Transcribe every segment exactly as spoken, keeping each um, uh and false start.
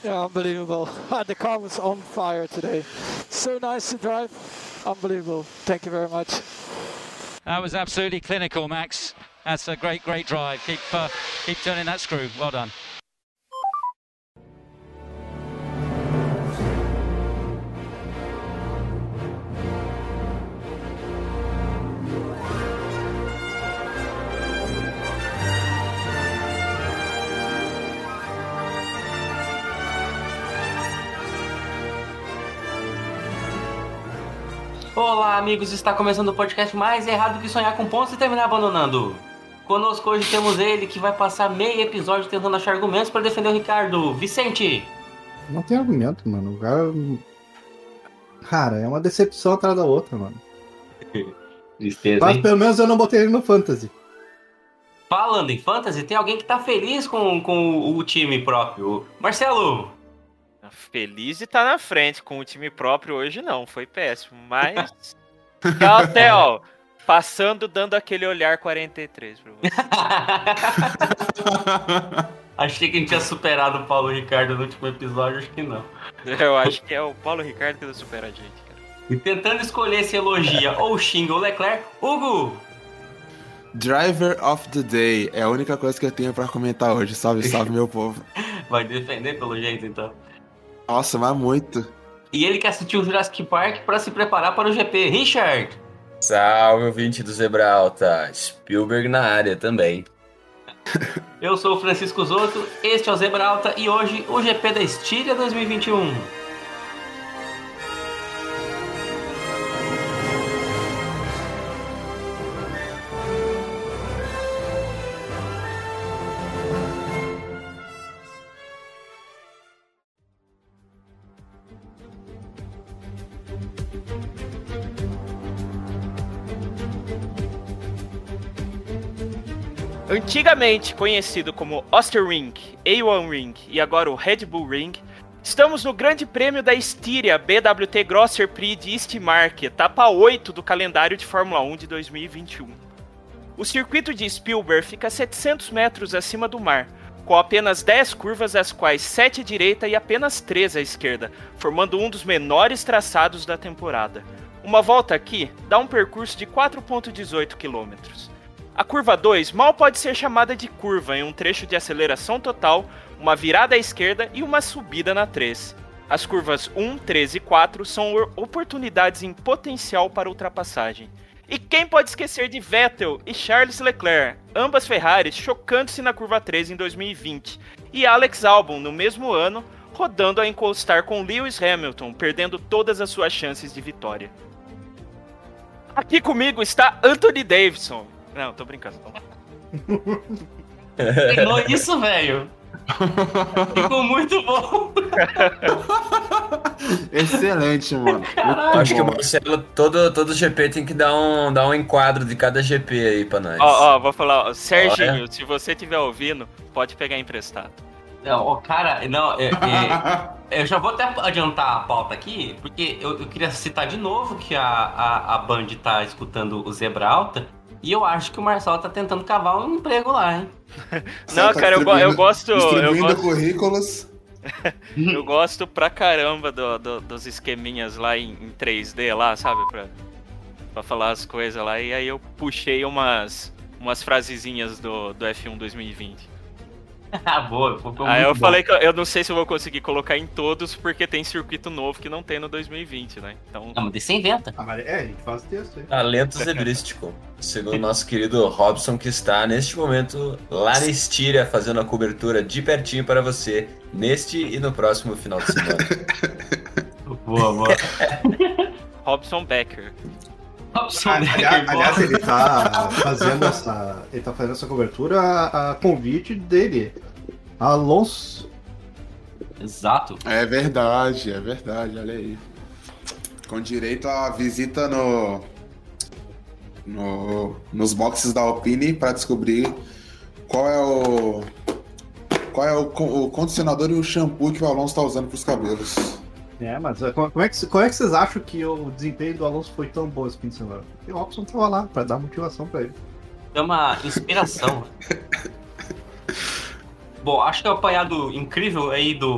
Yeah, unbelievable. The car was on fire today. So nice to drive. Unbelievable. Thank you very much. That was absolutely clinical, Max. That's a great, great drive. Keep, uh, keep turning that screw. Well done. Olá, amigos, está começando o podcast mais errado que sonhar com pontos e terminar abandonando. Conosco hoje temos ele que vai passar meio episódio tentando achar argumentos para defender o Ricardo, Vicente. Não tem argumento, mano. O cara... Cara, é uma decepção atrás da outra, mano. Tristeza, Mas hein? pelo menos eu não botei ele no Fantasy. Falando em Fantasy, tem alguém que tá feliz com, com o time próprio. Marcelo! Feliz de estar na frente com o time próprio hoje não, foi péssimo, mas... Até, ó, passando, dando aquele olhar quarenta e três pra você. Achei que a gente tinha superado o Paulo Ricardo no último episódio, acho que não. Eu acho que é o Paulo Ricardo que supera a gente, cara. E tentando escolher se elogia ou xinga o Leclerc, Hugo! Driver of the Day é a única coisa que eu tenho pra comentar hoje. Salve, salve, meu povo. Vai defender pelo jeito, então. Nossa, mas muito. E ele que assistiu o Jurassic Park para se preparar para o G P. Richard! Salve, ouvinte do Zebralta. Spielberg na área também. Eu sou o Francisco Zotto, este é o Zebralta e hoje o G P da Estíria dois mil e vinte e um. Antigamente conhecido como Osterring, A um Ring e agora o Red Bull Ring, estamos no Grande Prêmio da Estíria B W T Grosser Prix de Steiermark, etapa oito do calendário de Fórmula um de dois mil e vinte e um. O circuito de Spielberg fica a setecentos metros acima do mar, com apenas dez curvas, das quais sete à direita e apenas três à esquerda, formando um dos menores traçados da temporada. Uma volta aqui dá um percurso de quatro vírgula dezoito quilômetros. A curva dois mal pode ser chamada de curva em um trecho de aceleração total, uma virada à esquerda e uma subida na três. As curvas um, três e quatro são oportunidades em potencial para ultrapassagem. E quem pode esquecer de Vettel e Charles Leclerc, ambas Ferraris chocando-se na curva três em dois mil e vinte, e Alex Albon no mesmo ano, rodando a encostar com Lewis Hamilton, perdendo todas as suas chances de vitória. Aqui comigo está Anthony Davidson. Não, tô brincando. Treinou isso, velho? Ficou muito bom. Excelente, mano. Caralho. Acho que o Marcelo, todo, todo G P tem que dar um, dar um enquadro de cada G P aí pra nós. Ó, ó, vou falar, ó, Serginho, Olha. se você estiver ouvindo, pode pegar emprestado. Não, ó, cara, não, é, é, eu já vou até adiantar a pauta aqui, porque eu, eu queria citar de novo que a, a, a Band tá escutando o Zebralta, e eu acho que o Marcelo tá tentando cavar um emprego lá, hein? Não, Tá cara, eu, go- eu distribuindo- gosto. Eu Distribuindo gosto, currículos. eu gosto pra caramba do, do- dos esqueminhas lá em, em três D lá, sabe? Pra, pra falar as coisas lá. E aí eu puxei umas, umas frasezinhas do, do F um dois mil e vinte. Ah, boa, ficou Aí eu muito bom. falei que eu, eu não sei se eu vou conseguir colocar em todos, porque tem circuito novo que não tem no dois mil e vinte, né? Então. Não, mas você inventa. Ah, mas é, a gente faz texto aí. Talento zebrístico. Segundo o nosso querido Robson, que está neste momento lá na Estíria, fazendo a cobertura de pertinho para você, neste e no próximo final de semana. Boa, boa. Robson Becker. Robson Aliás, Becker, boa. aliás, ele tá fazendo essa. Ele tá fazendo essa cobertura a, a convite dele. Alonso. Exato. É verdade, é verdade, olha aí. Com direito à visita no, no nos boxes da Alpine para descobrir qual é o qual é o, co- o condicionador e o shampoo que o Alonso está usando para os cabelos. É, mas uh, como como é, que, como é que vocês acham que o desempenho do Alonso foi tão bom esse fim de semana? Porque o Robson tava lá pra dar motivação pra ele. É uma inspiração. Bom, acho que é o apanhado incrível aí do,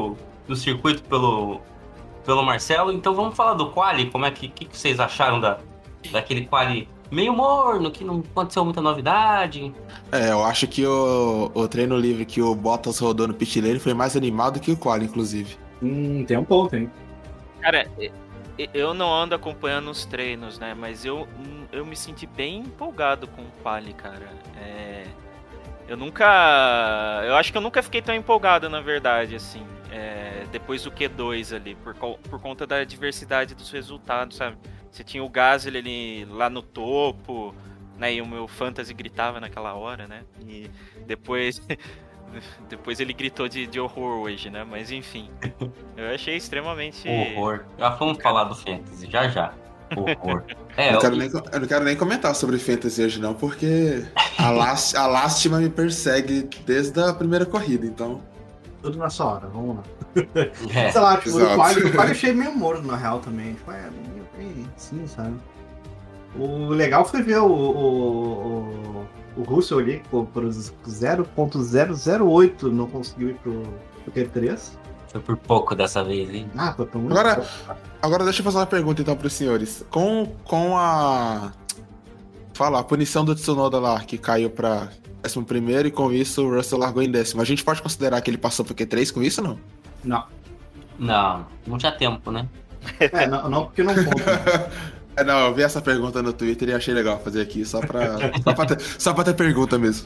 do circuito pelo, pelo Marcelo. Então vamos falar do quali. Como é que, que, que vocês acharam da, daquele quali meio morno, que não aconteceu muita novidade? É, eu acho que o, o treino livre que o Bottas rodou no pit lane foi mais animado que o quali, inclusive. Hum, tem um ponto, hein? Cara, eu não ando acompanhando os treinos, né? Mas eu, eu me senti bem empolgado com o quali, cara. É... Eu nunca... Eu acho que eu nunca fiquei tão empolgado, na verdade, assim. É... Depois do Q dois ali, por, por conta da diversidade dos resultados, sabe? Você tinha o Gasly ali lá no topo, né? E o meu fantasy gritava naquela hora, né? E depois... Depois ele gritou de, de horror hoje, né? Mas enfim. Eu achei extremamente... Horror. Já vamos falar do fantasy, já já. Horror. É, eu, não quero eu... nem, eu não quero nem comentar sobre Fantasy hoje, não, porque a, last, a lástima me persegue desde a primeira corrida, então. Tudo na sua hora, vamos lá. É, Sei lá, tipo, exato. o quali, o quali eu achei meio morno, na real, também. Tipo, é meio bem assim, sabe? O legal foi ver o, o, o, o Russell ali, por, por zero ponto zero zero oito não conseguiu ir pro, pro Q três. Foi por pouco dessa vez, hein? Ah, foi por muito Agora, pouco. agora deixa eu fazer uma pergunta então pros senhores. Com, com a. Fala, a punição do Tsunoda lá, que caiu pra décimo primeiro e com isso o Russell largou em décimo. A gente pode considerar que ele passou pro Q três com isso ou não? Não. Não, não tinha tempo, né? É, não, não porque não conta. Né? É, não, eu vi essa pergunta no Twitter e achei legal fazer aqui, só pra, só pra, ter, só pra ter pergunta mesmo.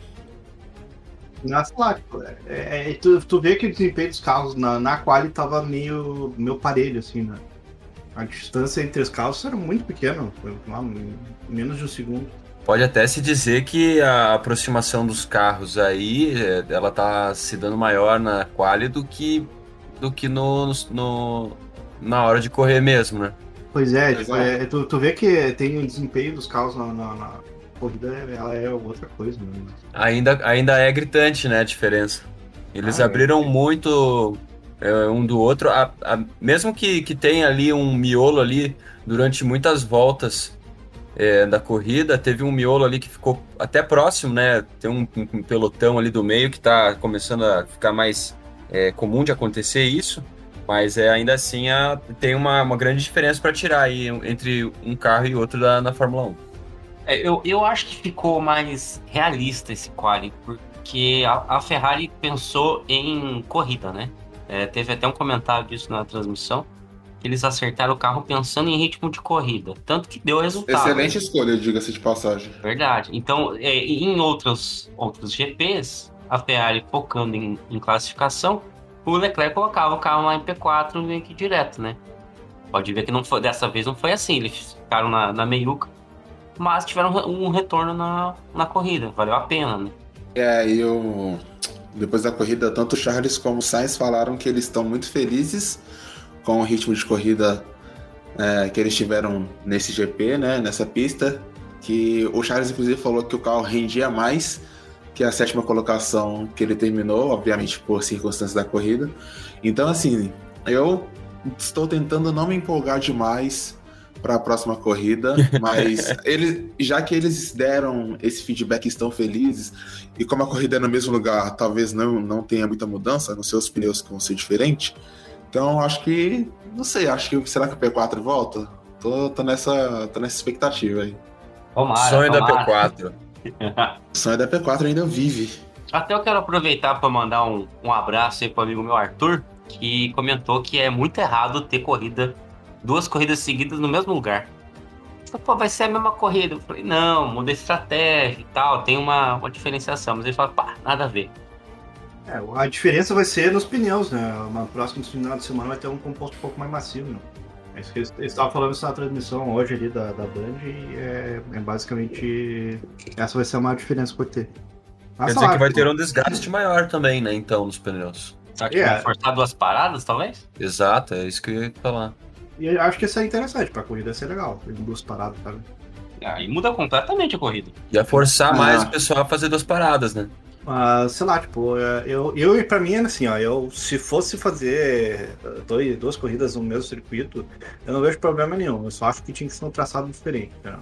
Mas, sei lá, tipo, é, é, tu, tu vê que o desempenho dos carros na, na quali tava meio, meio parelho, assim, né? A distância entre os carros era muito pequena, foi lá, menos de um segundo. Pode até se dizer que a aproximação dos carros aí, ela tá se dando maior na quali do que, do que no, no, na hora de correr mesmo, né? Pois é, tipo, é tu, tu vê que tem o desempenho dos carros na, na, na corrida, ela é outra coisa, né? Ainda, ainda é gritante, né, a diferença. Eles Ah, abriram é. muito é, um do outro, a, a, mesmo que, que tenha ali um miolo ali durante muitas voltas é, da corrida, teve um miolo ali que ficou até próximo, né? Tem um, um pelotão ali do meio que tá começando a ficar mais é, comum de acontecer isso, mas é, ainda assim a, tem uma, uma grande diferença para tirar aí entre um carro e outro da, na Fórmula um. É, eu, eu acho que ficou mais realista esse quali, porque a, a Ferrari pensou em corrida, né? É, teve até um comentário disso na transmissão, que eles acertaram o carro pensando em ritmo de corrida, tanto que deu resultado. Excelente escolha, diga-se de passagem. Verdade. Então, é, em outros, outros G Ps, a Ferrari focando em, em classificação, o Leclerc colocava o carro lá em P quatro meio que direto, né? Pode ver que não foi, dessa vez não foi assim, eles ficaram na, na meiuca, mas tiveram um retorno na, na corrida, valeu a pena, né? É, e eu... depois da corrida, tanto o Charles como o Sainz falaram que eles estão muito felizes com o ritmo de corrida é, que eles tiveram nesse G P, né, nessa pista, que o Charles inclusive falou que o carro rendia mais que a sétima colocação que ele terminou, obviamente por circunstâncias da corrida. Então, assim, eu estou tentando não me empolgar demais para a próxima corrida, mas eles, já que eles deram esse feedback, estão felizes, e como a corrida é no mesmo lugar, talvez não, não tenha muita mudança, nos seus pneus que vão ser diferentes, então acho que, não sei, acho que será que o P quatro volta? Tô, tô, nessa, tô nessa expectativa aí. Tomara, Sonho tomara. da P quatro. O sonho da P quatro ainda vive. Até eu quero aproveitar para mandar um, um abraço aí pro amigo meu Arthur, que comentou que é muito errado ter corrida, duas corridas seguidas no mesmo lugar. Pô, vai ser a mesma corrida. Eu falei, não, muda a estratégia e tal, tem uma, uma diferenciação. Mas ele fala, pá, nada a ver. É, a diferença vai ser nos pneus, né? Na próxima final de semana vai ter um composto um pouco mais macio, né? É isso que eles estavam falando isso na transmissão hoje ali da, da Band e é, é basicamente essa vai ser a maior diferença que vai ter. Quer dizer que vai ter um desgaste maior também, né, então, nos pneus. Será que É. vai forçar duas paradas, talvez? Exato, é isso que eu ia falar. E eu acho que isso é interessante pra corrida, ia ser legal. Tem duas paradas, sabe? Aí muda completamente a corrida. Ia forçar Ah. mais o pessoal a fazer duas paradas, né? Mas, sei lá, tipo, eu, eu pra mim é assim, ó, eu se fosse fazer dois, duas corridas no mesmo circuito, eu não vejo problema nenhum. Eu só acho que tinha que ser um traçado diferente, né?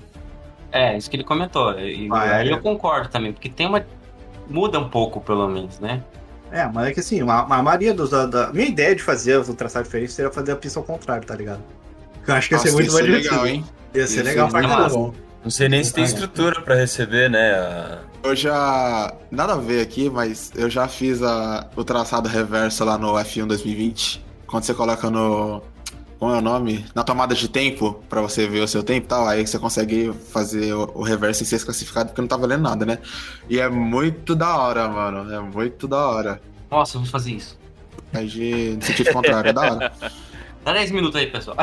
É, isso que ele comentou. E Ah, é, aí é. eu concordo também, porque tem uma. Muda um pouco, pelo menos, né? É, mas é que assim, a, a maioria dos. Da, da- minha ideia de fazer o traçado diferente seria fazer a pista ao contrário, tá ligado? Porque eu acho que ia ser Nossa, muito ia ser mais legal, divertido. hein? Ia ser Ia legal ser pra muito caramba. bom. Não sei nem se tem estrutura pra receber, né? a- Eu já. Nada a ver aqui, mas eu já fiz a, o traçado reverso lá no F um dois mil e vinte. Quando você coloca no. Como é o nome? Na tomada de tempo, pra você ver o seu tempo e tal, aí você consegue fazer o, o reverso sem ser classificado porque não tá valendo nada, né? E é muito da hora, mano. É muito da hora. Nossa, vamos fazer isso. É de no sentido contrário, é da hora. Dá dez minutos aí, pessoal.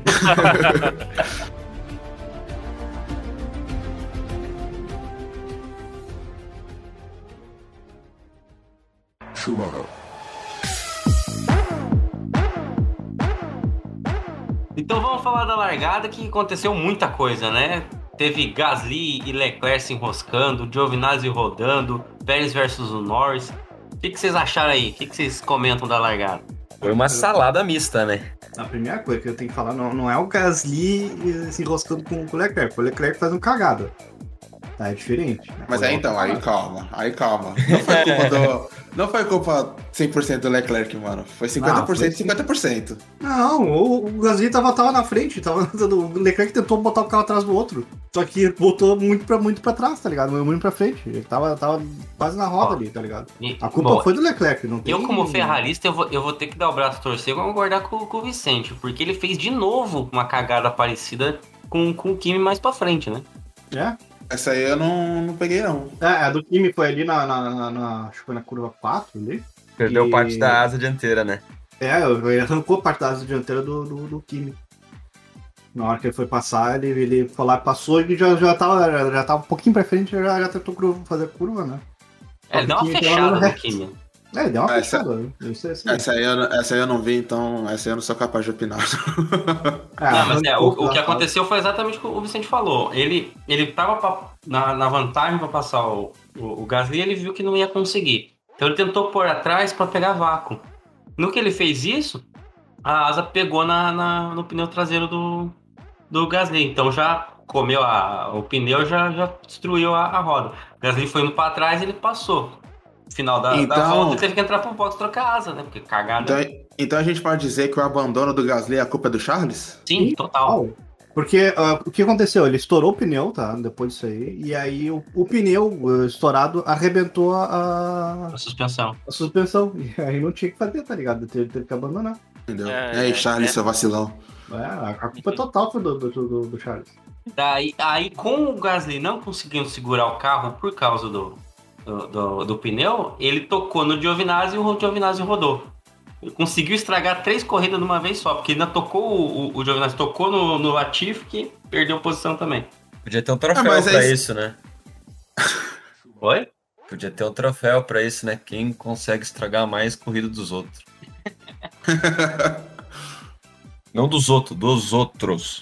Então vamos falar da largada, que aconteceu muita coisa, né? Teve Gasly e Leclerc se enroscando, Giovinazzi rodando, Pérez versus o Norris. O que, que vocês acharam aí? O que, que vocês comentam da largada? Foi uma salada mista, né? A primeira coisa que eu tenho que falar não, não é o Gasly eh, se enroscando com, com o Leclerc, foi o Leclerc fazendo cagada. Tá, é diferente. Né? Mas Foi aí outra então, aí parada. calma, aí calma. Não foi culpa do. Não foi culpa cem por cento do Leclerc, mano. Foi cinquenta por cento e Não, foi cinquenta por cento. Não, o, o Gasly tava, tava na frente, tava, o Leclerc tentou botar o carro atrás do outro. Só que botou muito pra, muito pra trás, tá ligado? Muito pra frente. Ele tava, tava quase na roda Ó, ali, tá ligado? E- A culpa bom, foi do Leclerc, não tem... Eu, como ferrarista, eu vou, eu vou ter que dar o braço a torcer e concordar com, com o Vicente, porque ele fez de novo uma cagada parecida com, com o Kimi mais pra frente, né? É? Essa aí eu não, não peguei, não. É, a do Kimi foi ali na, na, na, na- acho que foi na curva quatro ali. Perdeu E- parte da asa dianteira, né? É, ele arrancou parte da asa dianteira do, do, do Kimi. Na hora que ele foi passar, ele, ele foi lá, passou e já, já, tava, já, já tava um pouquinho pra frente, já, já tentou curva, fazer curva, né? É, ele deu uma Kimi tava fechada no no reto. Kimi. É, ele deu uma Ah, essa- fechada. Isso é assim. Essa aí, eu, não- essa aí eu não vi, então essa aí eu não sou capaz de opinar. Ah, Não, mas é, o, arrancou o que lá, aconteceu foi exatamente o que o Vicente falou. Ele, ele tava pra- na, na vantagem pra passar o, o, o Gasly e ele viu que não ia conseguir. Então ele tentou pôr atrás pra pegar vácuo. No que ele fez isso, a asa pegou na, na- no pneu traseiro do, do Gasly. Então já comeu a, o pneu, já, já destruiu a, a roda. O Gasly foi indo pra trás e ele passou. No final da, da Então- volta ele teve que entrar pro box trocar a asa, né? Porque cagada. Então, então a gente pode dizer que o abandono do Gasly é a culpa do Charles? Sim, total. Au. Porque ah, o que aconteceu? Ele estourou o pneu, tá? Depois disso aí. E aí o, o pneu ah, estourado arrebentou a, a- A suspensão. a suspensão. E aí não tinha o que fazer, tá ligado? Teve, teve que abandonar. Entendeu? É, e aí, Charles, é. seu vacilão. É, a, a culpa total foi do, do, do, do Charles. Daí, aí, com o Gasly não conseguindo segurar o carro por causa do, do, do- do pneu, ele tocou no Giovinazzi e o Giovinazzi rodou. Ele conseguiu estragar três corridas de uma vez só, porque ainda tocou o, o, o Giovinazzi, tocou no, no Latifi, que perdeu posição também. Podia ter um troféu Ah, mas pra aí- isso, né? Oi? Podia ter um troféu pra isso, né? Quem consegue estragar mais corrida dos outros. Não dos outros, dos outros.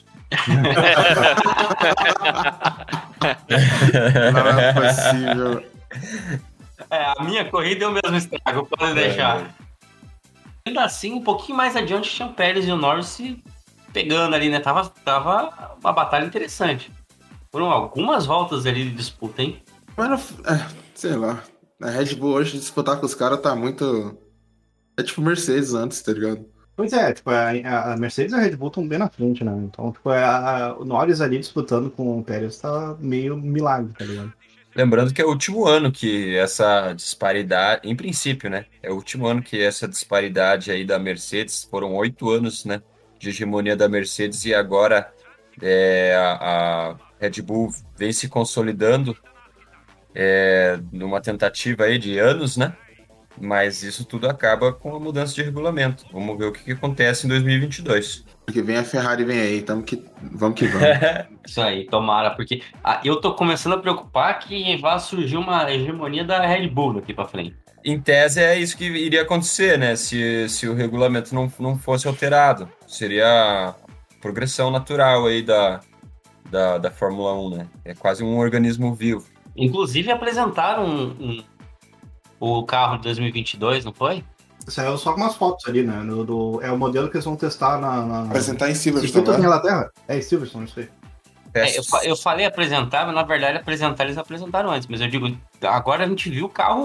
Não é possível. É, a minha corrida é o mesmo estrago, pode deixar. Ainda assim, um pouquinho mais adiante, tinha o Pérez e o Norris se pegando ali, né? Tava, tava uma batalha interessante. Foram algumas voltas ali de disputa, hein? Mano, é, sei lá. A Red Bull hoje disputar com os caras tá muito. É tipo Mercedes antes, tá ligado? Pois é, tipo, a, a Mercedes e a Red Bull estão bem na frente, né? Então, tipo, a, a, o Norris ali disputando com o Pérez tá meio milagre, tá ligado? Lembrando que é o último ano que essa disparidade, em princípio, né? É o último ano que essa disparidade aí da Mercedes, foram oito anos, né? De hegemonia da Mercedes e agora é, a, a Red Bull vem se consolidando é, numa tentativa aí de anos, né? Mas isso tudo acaba com a mudança de regulamento. Vamos ver o que, que acontece em dois mil e vinte e dois. Porque vem a Ferrari, vem aí, tamo que... vamos que vamos. Isso aí, tomara, porque ah, eu tô começando a preocupar que vai surgir uma hegemonia da Red Bull daqui pra frente. Em tese é isso que iria acontecer, né? Se, se o regulamento não, não fosse alterado. Seria a progressão natural aí da, da, da Fórmula um, né? É quase um organismo vivo. Inclusive apresentaram um, um- o carro de dois mil e vinte e dois, não foi? Saiu só algumas fotos ali, né? Do, do- é o modelo que eles vão testar na. na... Apresentar em Silverstone, Circuito da né? Inglaterra? É, em Silverstone, não sei. É, eu, fa- eu falei apresentar, mas na verdade apresentar eles apresentaram antes. Mas eu digo, agora a gente viu o carro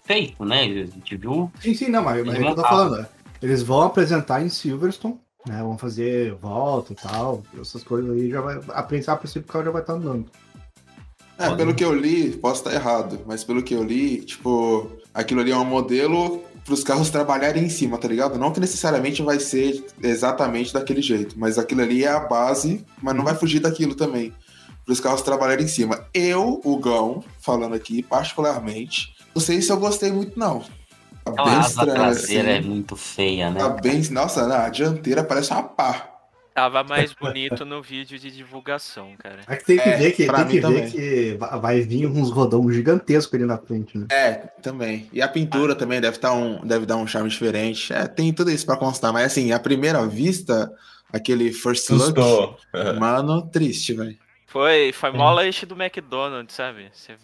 feito, né? A gente viu. Sim, sim, não, mas, mas é o que eu tô falando. Né? Eles vão apresentar em Silverstone, né? Vão fazer volta e tal, essas coisas aí já vai. A princípio, a princípio o carro já vai estar andando. É, pelo que eu li, posso estar errado, mas pelo que eu li, tipo, aquilo ali é um modelo para os carros trabalharem em cima, tá ligado? Não que necessariamente vai ser exatamente daquele jeito, mas aquilo ali é a base, mas não vai fugir daquilo também, para os carros trabalharem em cima. Eu, o Gão, falando aqui, particularmente, não sei se eu gostei muito, não. Tá Aquela bem asa estranho, traseira assim. é muito feia, né? Tá bem... Nossa, na dianteira parece uma pá. Tava mais bonito no vídeo de divulgação, cara. É que tem que É, ver que, pra tem mim que, ver também. que va- vai vir uns rodão gigantescos ali na frente, né? É, também. E a pintura também deve, tá um, deve dar um charme diferente. É, tem tudo isso pra constar. Mas assim, à primeira vista, aquele first look, Assustou. mano, triste, velho. Foi, foi mó lanche do McDonald's, sabe? Você-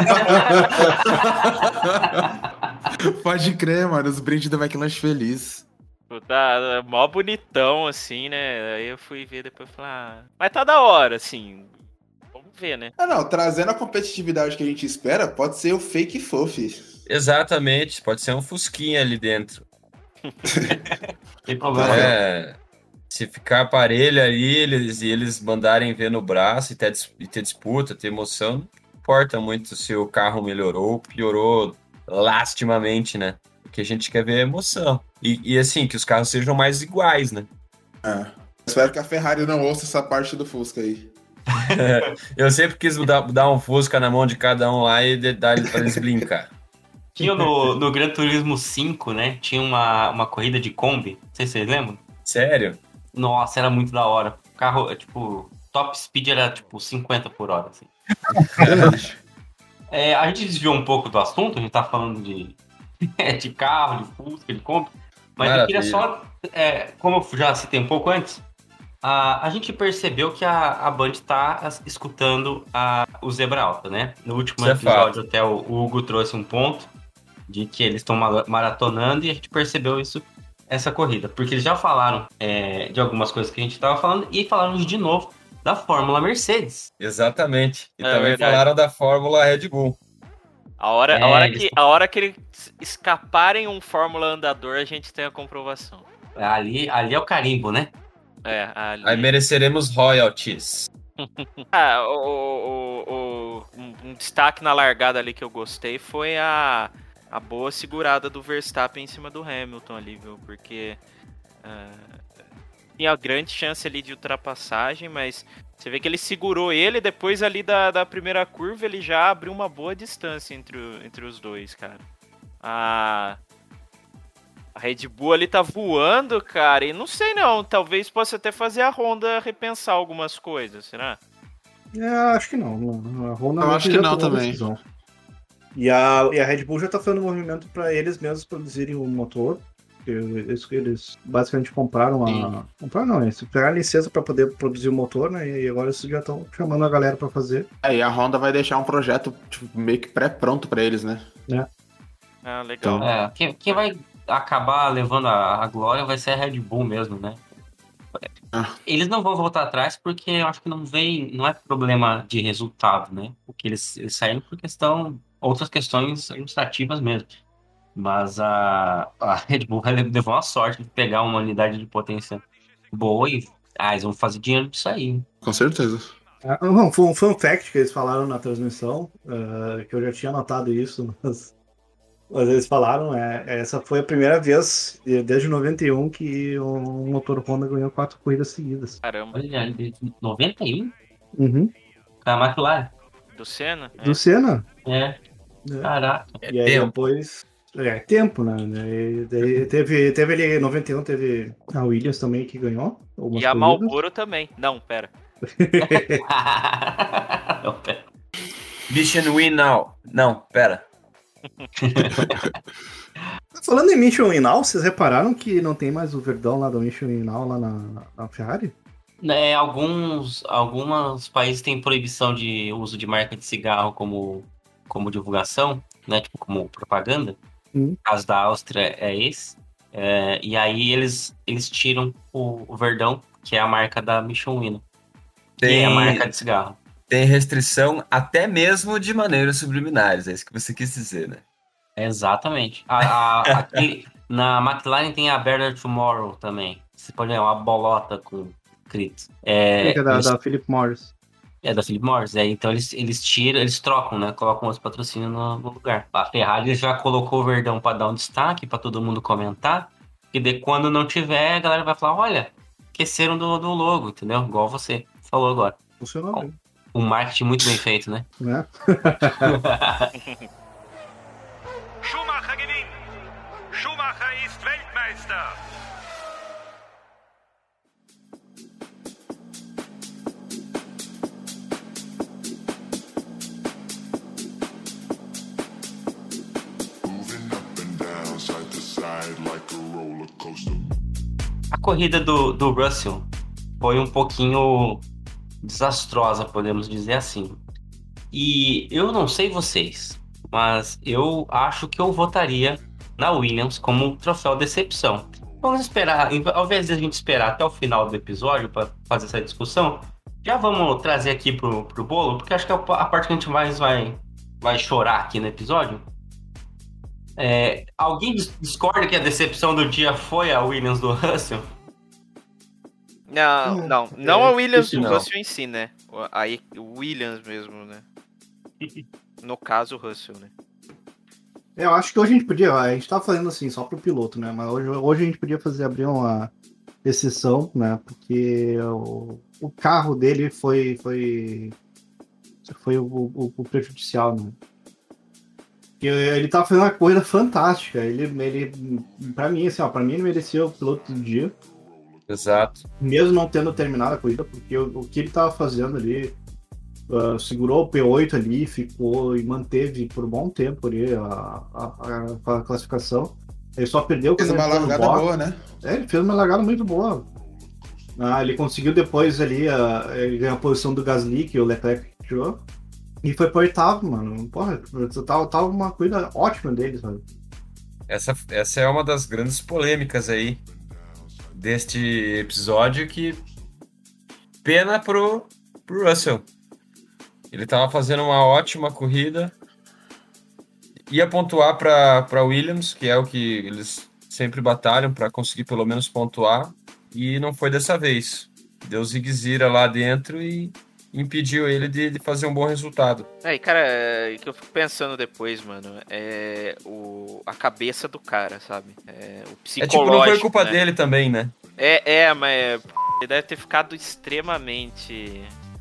Pode crer, mano. Os brindes do McLanche feliz. Tá mó bonitão, assim, né? Aí eu fui ver depois e falei, ah, mas tá da hora, assim. Vamos ver, né? Ah, não. Trazendo a competitividade que a gente espera, pode ser o fake fofo. Exatamente, pode ser um fusquinha ali dentro. Tem problema, não. É, se ficar aparelho ali, eles, e eles mandarem ver no braço e ter, dis- e ter disputa, ter emoção, não importa muito se o carro melhorou ou piorou lastimamente, né? O que a gente quer ver é emoção. E, e assim, que os carros sejam mais iguais, né? É. Espero que a Ferrari não ouça essa parte do Fusca aí. Eu sempre quis dar, dar um Fusca na mão de cada um lá e de- dar pra eles brincar. Tinha no, no Gran Turismo cinco, né? Tinha uma, uma corrida de Kombi. Não sei se vocês lembram. Sério? Nossa, era muito da hora. O carro, é, tipo, top speed era tipo cinquenta por hora, assim. É, a gente desviou um pouco do assunto, a gente tá falando de, de carro, de Fusca, de Kombi. Mas eu queria só, é, como eu já citei um pouco antes, a, a gente percebeu que a, a Band tá escutando a, o Zebra Alta, né? No último Isso é episódio até o, o Hugo trouxe um ponto de que eles estão maratonando e a gente percebeu isso, essa corrida. Porque eles já falaram é, de algumas coisas que a gente estava falando e falaram de novo da Fórmula Mercedes. Exatamente. E É também verdade. falaram da Fórmula Red Bull. A hora, É, a hora, eles- que, a hora que eles escaparem um Fórmula andador, a gente tem a comprovação. Ali, ali é o carimbo, né? É, ali... Aí mereceremos royalties. Ah, o, o- o- um, um destaque na largada ali que eu gostei foi a, a boa segurada do Verstappen em cima do Hamilton ali, viu? Porque ah, tinha grande chance ali de ultrapassagem, mas você vê que ele segurou ele, depois ali da, da primeira curva ele já abriu uma boa distância entre, o- entre os dois, cara. A, a Red Bull ali tá voando, cara, e não sei não, talvez possa até fazer a Honda repensar algumas coisas, será? É, acho que não. não. A Honda Eu mesmo acho que já não tomou a também. decisão. E a, e a Red Bull já tá fazendo movimento para eles mesmos produzirem o motor. Eles, eles basicamente compraram a. Sim. Compraram não, eles pegaram a licença para poder produzir o motor, né? E agora eles já estão chamando a galera para fazer. Aí a Honda vai deixar um projeto tipo, meio que pré-pronto pra eles, né? Ah, legal. É, quem, quem vai acabar levando a, a glória vai ser a Red Bull mesmo, né? Ah. Eles não vão voltar atrás porque eu acho que não vem, não é problema de resultado, né? Porque eles, eles saíram por questão, outras questões administrativas mesmo. Mas a, a Red Bull levou uma sorte de pegar uma unidade de potência boa e ah, eles vão fazer dinheiro disso aí. Com certeza. Ah, não, foi um fun fact que eles falaram na transmissão, ah, que eu já tinha notado isso, mas, mas eles falaram, é, essa foi a primeira vez eh, desde noventa e um que um motor Honda ganhou quatro corridas seguidas. Caramba, Olha, de noventa e um, Uhum. a McLaren. do Senna? É. Do Senna. É, É. caraca. E aí depois. É, tempo, né? E daí teve, teve ali em noventa e um, teve a Williams também que ganhou. algumas E a corridas. Marlboro também. Não, pera. Não, pera. Mission win now. Não, pera. Falando em Mission Now, vocês repararam que não tem mais o Verdão lá do Mission Now lá na, na Ferrari? É, alguns, alguns países têm proibição de uso de marca de cigarro como, como divulgação, né? Tipo, como propaganda. Hum. O caso da Áustria é esse. É, e aí eles, eles tiram o, o Verdão, que é a marca da Michelin, que é a Tem, marca de cigarro. tem restrição até mesmo de maneiras subliminares. É isso que você quis dizer, né? Exatamente. A, a- aqui, na McLaren tem a Better Tomorrow também. Você pode ver uma bolota com escrito. É, que É, é da, eles- da Philip Morris. é da Philip Morris, é, então eles, eles tiram, eles trocam, né? Colocam outros patrocínios no, no lugar. A Ferrari já colocou o Verdão para dar um destaque, para todo mundo comentar. E de quando não tiver, a galera vai falar: olha, esqueceram do, do logo, entendeu? Igual você falou agora. Funcionou Bom, bem. um marketing muito bem feito, né? Né? Schumacher gewinnt. Schumacher ist Weltmeister. Moving up and down, side to side like a roller coaster. A corrida do, do Russell foi um pouquinho desastrosa, podemos dizer assim. E eu não sei vocês, mas eu acho que eu votaria na Williams como um troféu decepção. Vamos esperar, em- ao invés de a gente esperar até o final do episódio para fazer essa discussão, já vamos trazer aqui pro, pro bolo, porque acho que é a pa- a parte que a gente mais vai, vai chorar aqui no episódio. É, alguém dis- discorda que a decepção do dia foi a Williams do Russell? Não, Hum, não. Não é a Williams difícil, do não. Russell em si, né? O- Aí o Williams mesmo, né? No caso, o Russell, né? Eu acho que hoje a gente podia, a gente tá fazendo assim, só pro piloto, né? Mas hoje, hoje a gente podia fazer, abrir uma exceção, né? Porque o, o carro dele foi, foi, foi o, o, o prejudicial, né? Porque ele tava fazendo uma corrida fantástica. Ele, ele, pra mim, assim, ó, pra mim ele merecia o piloto do dia, Exato. mesmo não tendo terminado a corrida, porque o, o que ele tava fazendo ali, uh, segurou o P oito ali, ficou e manteve por um bom tempo ali a, a, a- a classificação. Ele só perdeu Fez quando uma ele entrou no largada box. boa, né? É, ele fez uma largada muito boa. Ah, ele conseguiu depois ali, a, ele ganhou a posição do Gasly, que o Leclerc tirou. E foi pro oitavo, mano. Porra, tava, tava uma corrida ótima dele, sabe? Essa, essa é uma das grandes polêmicas aí deste episódio, que pena pro, pro Russell. Ele tava fazendo uma ótima corrida, ia pontuar para para Williams, que é o que eles sempre batalham para conseguir pelo menos pontuar, e não foi dessa vez. Deu zigue-zira lá dentro e impediu ele de, de fazer um bom resultado. É, e cara, é, o que eu fico pensando depois, mano, é o, a cabeça do cara, sabe? É, o É psicológico, tipo, não foi culpa né? dele também, né? É, é, mas p***, ele deve ter ficado extremamente...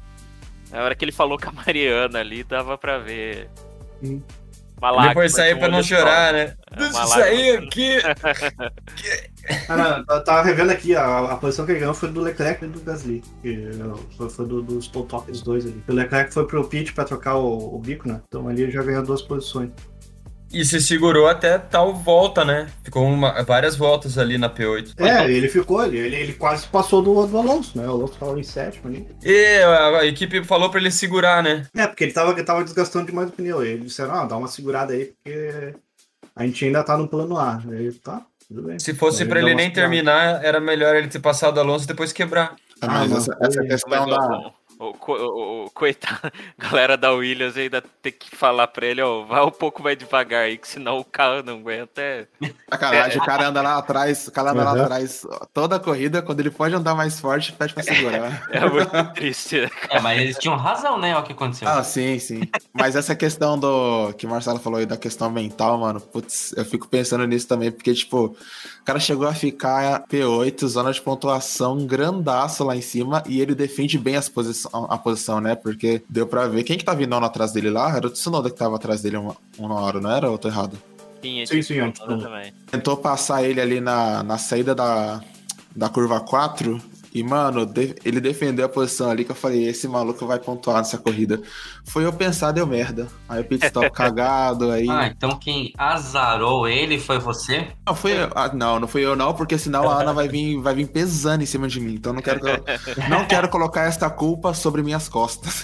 Na hora que ele falou com a Mariana ali, dava pra ver... Sim. Uma lágrima Depois sair de um pra não olho só. chorar, né? É, Deixa uma eu sair lágrima. aqui! Cara, eu tava revendo aqui, a, a posição que ele ganhou foi do Leclerc e do Gasly. Que foi, foi do, dos top dos dois ali. O Leclerc foi pro pit pra trocar o, o bico, né? Então ali ele já ganhou duas posições. E se segurou até tal volta, né? Ficou uma- várias voltas ali na P oito. É, ele ficou ali, ele, ele quase passou do, do Alonso, né? O Alonso tava em sétimo ali. E a, a equipe falou pra ele segurar, né? É, porque ele tava, ele tava desgastando demais o pneu. E eles disseram, ah, dá uma segurada aí, porque a gente ainda tá no plano A. Aí, tá, tudo bem. Se fosse Aí pra dá ele uma nem segurada. terminar, era melhor ele ter passado o Alonso e depois quebrar. Ah, mas Ah, não, essa, essa foi- questão Mas da. o, o, o, o, o coitado, galera da Williams ainda tem que falar pra ele, ó, vai um pouco mais devagar aí, que senão o carro não aguenta. É... Sacanagem, o cara anda lá atrás, o cara anda lá Uhum. atrás toda a corrida, quando ele pode andar mais forte, pede pra segurar. É muito triste, né? É, mas eles tinham razão, né? O que aconteceu. Ah, sim, sim. Mas essa questão do. Que o Marcelo falou aí da questão mental, mano. Putz, eu fico pensando nisso também, porque, tipo, o cara chegou a ficar P oito, zona de pontuação, grandaço lá em cima, e ele defende bem as posição, a posição, né? Porque deu pra ver. Quem que tá vindo ano atrás dele lá? Era o Tsunoda que tava atrás dele uma, uma hora, não era? Ou eu tô errado? Tinha, Sim, tinha sim, antes Tsunoda do- também. Tentou passar ele ali na, na saída da, da curva quatro. E, mano, de- ele defendeu a posição ali que eu falei, esse maluco vai pontuar nessa corrida. Foi eu pensar, deu merda. Aí o pit stop cagado, aí... Ah, então quem azarou ele foi você? Não, foi eu. Ah, não, não fui eu não, porque senão a Ana vai vir, vai vir pesando em cima de mim. Então não quero, que eu- não quero colocar esta culpa sobre minhas costas.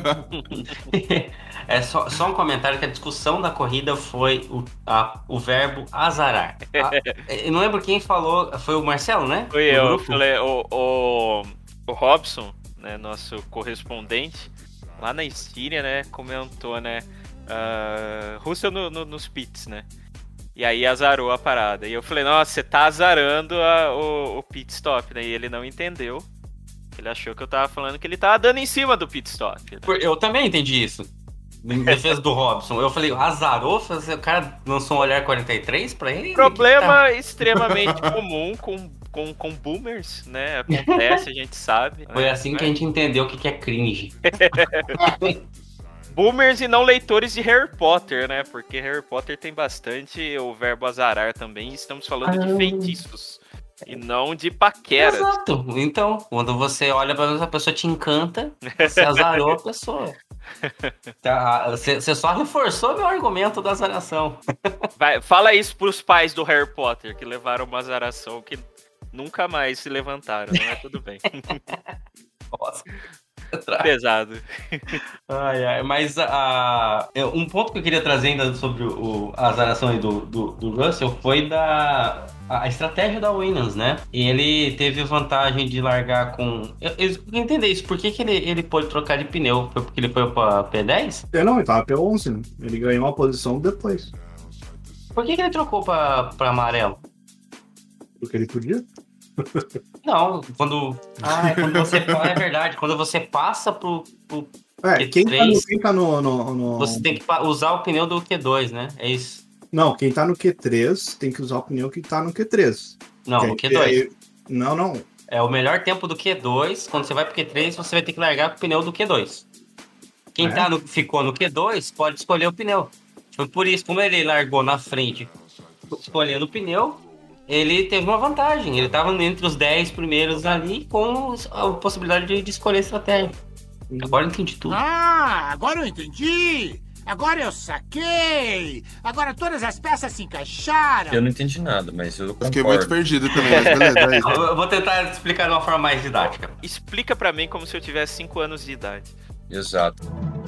É só, só um comentário que a discussão da corrida foi o, a- o verbo azarar. A- eu não lembro quem falou, foi o Marcelo, né? Foi No eu, grupo? falei, o, o, o Robson, né, nosso correspondente, lá na Estíria, né, comentou, né, Uh, Russell no, no, nos pits, né? E aí azarou a parada. E eu falei, nossa, você tá azarando a, o, o pit stop, né? E ele não entendeu. Ele achou que eu tava falando que ele tava dando em cima do pit stop. Né? Eu também entendi isso. Em defesa do Robson. Eu falei, azarou? O cara lançou um olhar quarenta e três pra ele? Problema tá... extremamente comum com, com, com boomers, né? Acontece, a gente sabe. Foi né? assim que a gente entendeu o que é cringe. Boomers e não leitores de Harry Potter, né? Porque Harry Potter tem bastante o verbo azarar também. Estamos falando ah. de feitiços. E não de paqueras. Exato. Então, quando você olha pra essa pessoa te encanta, você azarou a pessoa. Tá, você, você só reforçou meu argumento da azaração. Vai, fala isso pros pais do Harry Potter, que levaram uma azaração que nunca mais se levantaram, né? Tudo bem. Nossa. Pesado. Ai, ai, mas a, uh, um ponto que eu queria trazer ainda sobre o, a azaração aí do, do, do Russell foi da a, a estratégia da Williams, né? E ele teve vantagem de largar com... Eu, eu queria entender isso. Por que, que ele, ele pôde trocar de pneu? Foi porque ele foi pra P dez? É, não, ele tava P onze, né? Ele ganhou uma posição depois. Por que, que ele trocou pra, pra amarelo? Porque ele podia. Não, quando. Ah, é quando você. É verdade, quando você passa pro. pro é, Q três, quem tá, no, quem tá no, no, no. Você tem que usar o pneu do Q dois, né? É isso. Não, quem tá no Q três tem que usar o pneu que tá no Q três. Não, no Q dois. É... Não, não. É o melhor tempo do Q dois. Quando você vai pro Q três, você vai ter que largar com o pneu do Q dois. Quem é? tá no, ficou no Q dois pode escolher o pneu. Foi por isso, como ele largou na frente escolhendo o pneu. Ele teve uma vantagem, ele estava entre os dez primeiros ali com a possibilidade de, de escolher estratégia. Agora eu entendi tudo. Ah, agora eu entendi! Agora eu saquei! Agora todas as peças se encaixaram! Eu não entendi nada, mas eu concordo. Fiquei muito perdido também, mas beleza. Aí. Eu vou tentar explicar de uma forma mais didática. Explica pra mim como se eu tivesse cinco anos de idade. Exato.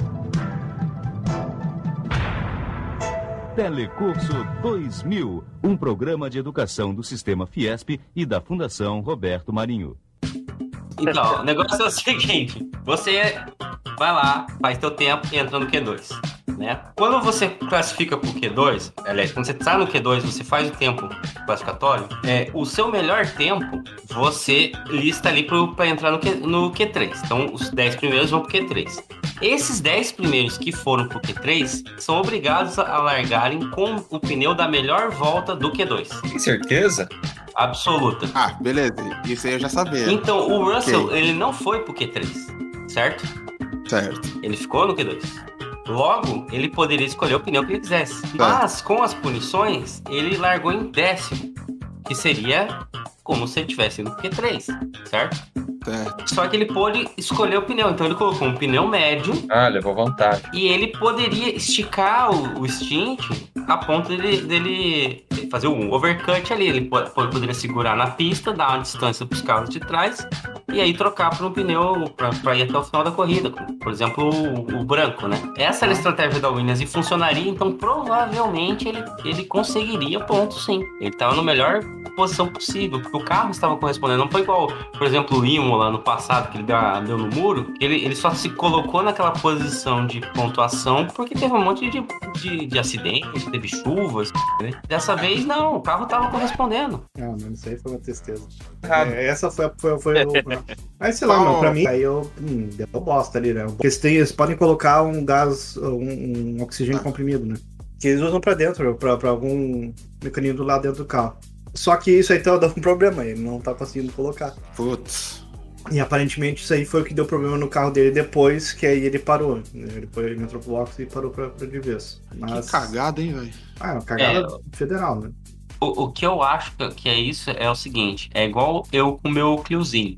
Telecurso dois mil, um programa de educação do Sistema Fiesp e da Fundação Roberto Marinho. Então, o negócio é o seguinte, você vai lá, faz teu tempo e entra no Q dois, né? Quando você classifica pro Q dois, aliás, quando você tá no Q dois, você faz o tempo classificatório, é, o seu melhor tempo, você lista ali pro, pra entrar no, Q, no Q três. Então, os dez primeiros vão pro Q três. Esses dez primeiros que foram pro Q três são obrigados a largarem com o pneu da melhor volta do Q dois. Tem certeza? Absoluta. Ah, beleza. Isso aí eu já sabia. Então, o Russell, okay. ele não foi pro Q três, certo? Certo. Ele ficou no Q dois. Logo, ele poderia escolher o pneu que ele quisesse. Certo. Mas, com as punições, ele largou em décimo, que seria como se ele tivesse no Q três, certo? Certo. Só que ele pôde escolher o pneu, então ele colocou um pneu médio. Ah, levou vantagem. E ele poderia esticar o, o stint a ponto dele, dele fazer um overcut ali. Ele po- poderia segurar na pista, dar uma distância para os carros de trás e aí trocar para um pneu para ir até o final da corrida. Por exemplo, o, o branco, né? Essa era a estratégia da Williams e funcionaria, então provavelmente ele, ele conseguiria ponto, sim. Ele estava na melhor posição possível, porque o carro estava correspondendo. Não foi igual, por exemplo, o Imo lá no passado, que ele deu, deu no muro, ele, ele só se colocou naquela posição de pontuação porque teve um monte de, de, de acidentes, teve chuvas, né? Dessa vez, não, o carro estava correspondendo. Não, mano, isso aí foi uma tristeza. É, essa foi, foi, foi o... Aí, sei lá, mano, pra mim, aí eu... Hum, deu bosta ali, né? Porque eles, têm, eles podem colocar um gás, um, um oxigênio comprimido, né? Que eles usam pra dentro, pra, pra algum mecanismo lá dentro do carro. Só que isso aí tá dando um problema, ele não tá conseguindo colocar. Putz. E aparentemente isso aí foi o que deu problema no carro dele depois, que aí ele parou. Ele, foi, ele entrou pro box e parou pra, pra de vez. Mas... Que cagada, hein, velho? Ah, é uma cagada é, federal, né? O, o que eu acho que é isso é o seguinte, é igual eu com o meu Cliozinho.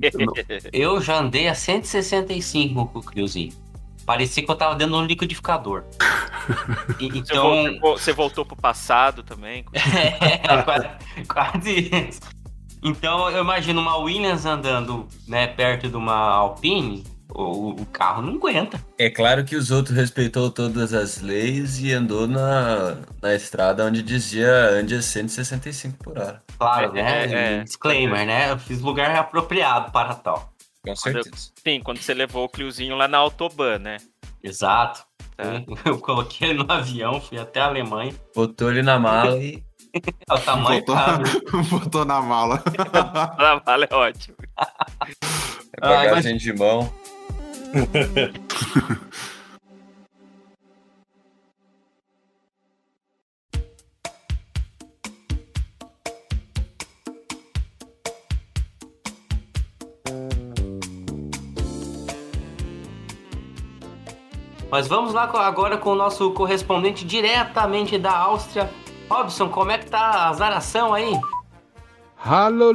Eu já andei a cento e sessenta e cinco com o Cliozinho. Parecia que eu tava dentro de um liquidificador. E, então... Você voltou, você voltou pro passado também? É, quase, quase isso. Então eu imagino uma Williams andando, né, perto de uma Alpine, o, o carro não aguenta. É claro que os outros respeitou todas as leis e andou na, na estrada onde dizia ande a cento e sessenta e cinco por hora. Claro, né? É, é, Disclaimer, né? Eu fiz lugar apropriado para tal. Com certeza. Quando, sim, quando você levou o Cliozinho lá na Autobahn, né? Exato. Tá. Eu coloquei ele no avião, fui até a Alemanha. Botou ele na mala e. É o tamanho Botou, cabe. botou na mala. Na mala é ótimo. É bagagem de mão. Mas vamos lá agora com o nosso correspondente diretamente da Áustria. Robson, como é que tá a azaração aí? Hallo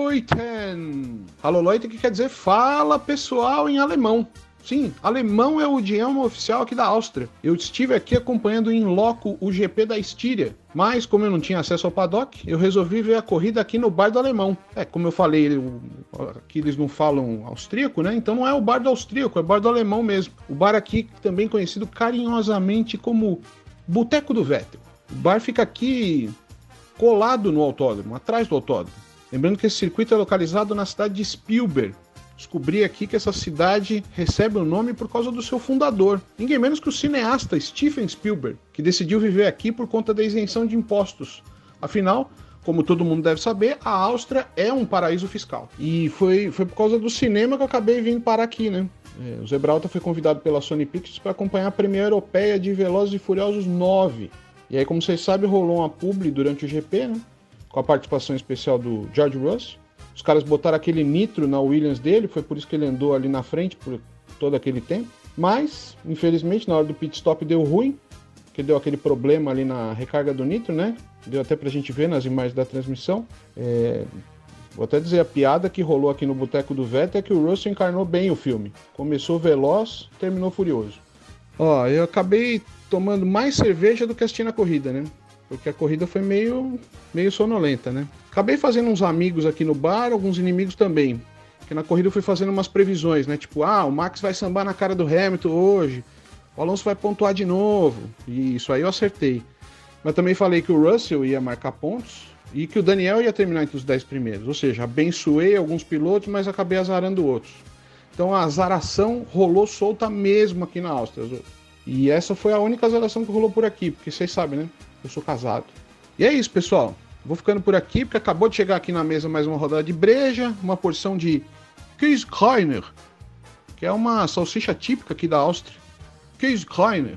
Leuten! Hallo Leuten que quer dizer fala pessoal em alemão. Sim, alemão é o idioma oficial aqui da Áustria. Eu estive aqui acompanhando em loco o G P da Estíria, mas como eu não tinha acesso ao paddock, eu resolvi ver a corrida aqui no bar do alemão. É, como eu falei, eu, aqui eles não falam austríaco, né? Então não é o bar do austríaco, é o bar do alemão mesmo. O bar aqui também conhecido carinhosamente como Boteco do Vettel. O bar fica aqui colado no autódromo, atrás do autódromo. Lembrando que esse circuito é localizado na cidade de Spielberg. Descobri aqui que essa cidade recebe o nome por causa do seu fundador, ninguém menos que o cineasta Steven Spielberg, que decidiu viver aqui por conta da isenção de impostos. Afinal, como todo mundo deve saber, a Áustria é um paraíso fiscal. E foi, foi por causa do cinema que eu acabei vindo parar aqui, né? É, o Zebralta foi convidado pela Sony Pictures para acompanhar a premiere europeia de Velozes e Furiosos nove. E aí, como vocês sabem, rolou uma publi durante o G P, né? Com a participação especial do George Russell. Os caras botaram aquele nitro na Williams dele, foi por isso que ele andou ali na frente por todo aquele tempo. Mas, infelizmente, na hora do pit stop deu ruim, que deu aquele problema ali na recarga do nitro, né? Deu até pra gente ver nas imagens da transmissão. É... Vou até dizer, a piada que rolou aqui no Boteco do Vettel é que o Russell encarnou bem o filme. Começou veloz, terminou furioso. Ó, eu acabei tomando mais cerveja do que assistindo a corrida, né? Porque a corrida foi meio, meio sonolenta, né? Acabei fazendo uns amigos aqui no bar, alguns inimigos também. Porque na corrida eu fui fazendo umas previsões, né? Tipo, ah, o Max vai sambar na cara do Hamilton hoje. O Alonso vai pontuar de novo. E isso aí eu acertei. Mas também falei que o Russell ia marcar pontos e que o Daniel ia terminar entre os dez primeiros. Ou seja, abençoei alguns pilotos, mas acabei azarando outros. Então a azaração rolou solta mesmo aqui na Áustria. E essa foi a única azaração que rolou por aqui, porque vocês sabem, né? Eu sou casado. E é isso, pessoal. Vou ficando por aqui, porque acabou de chegar aqui na mesa mais uma rodada de breja, uma porção de Käsekreiner, que é uma salsicha típica aqui da Áustria. Käsekreiner.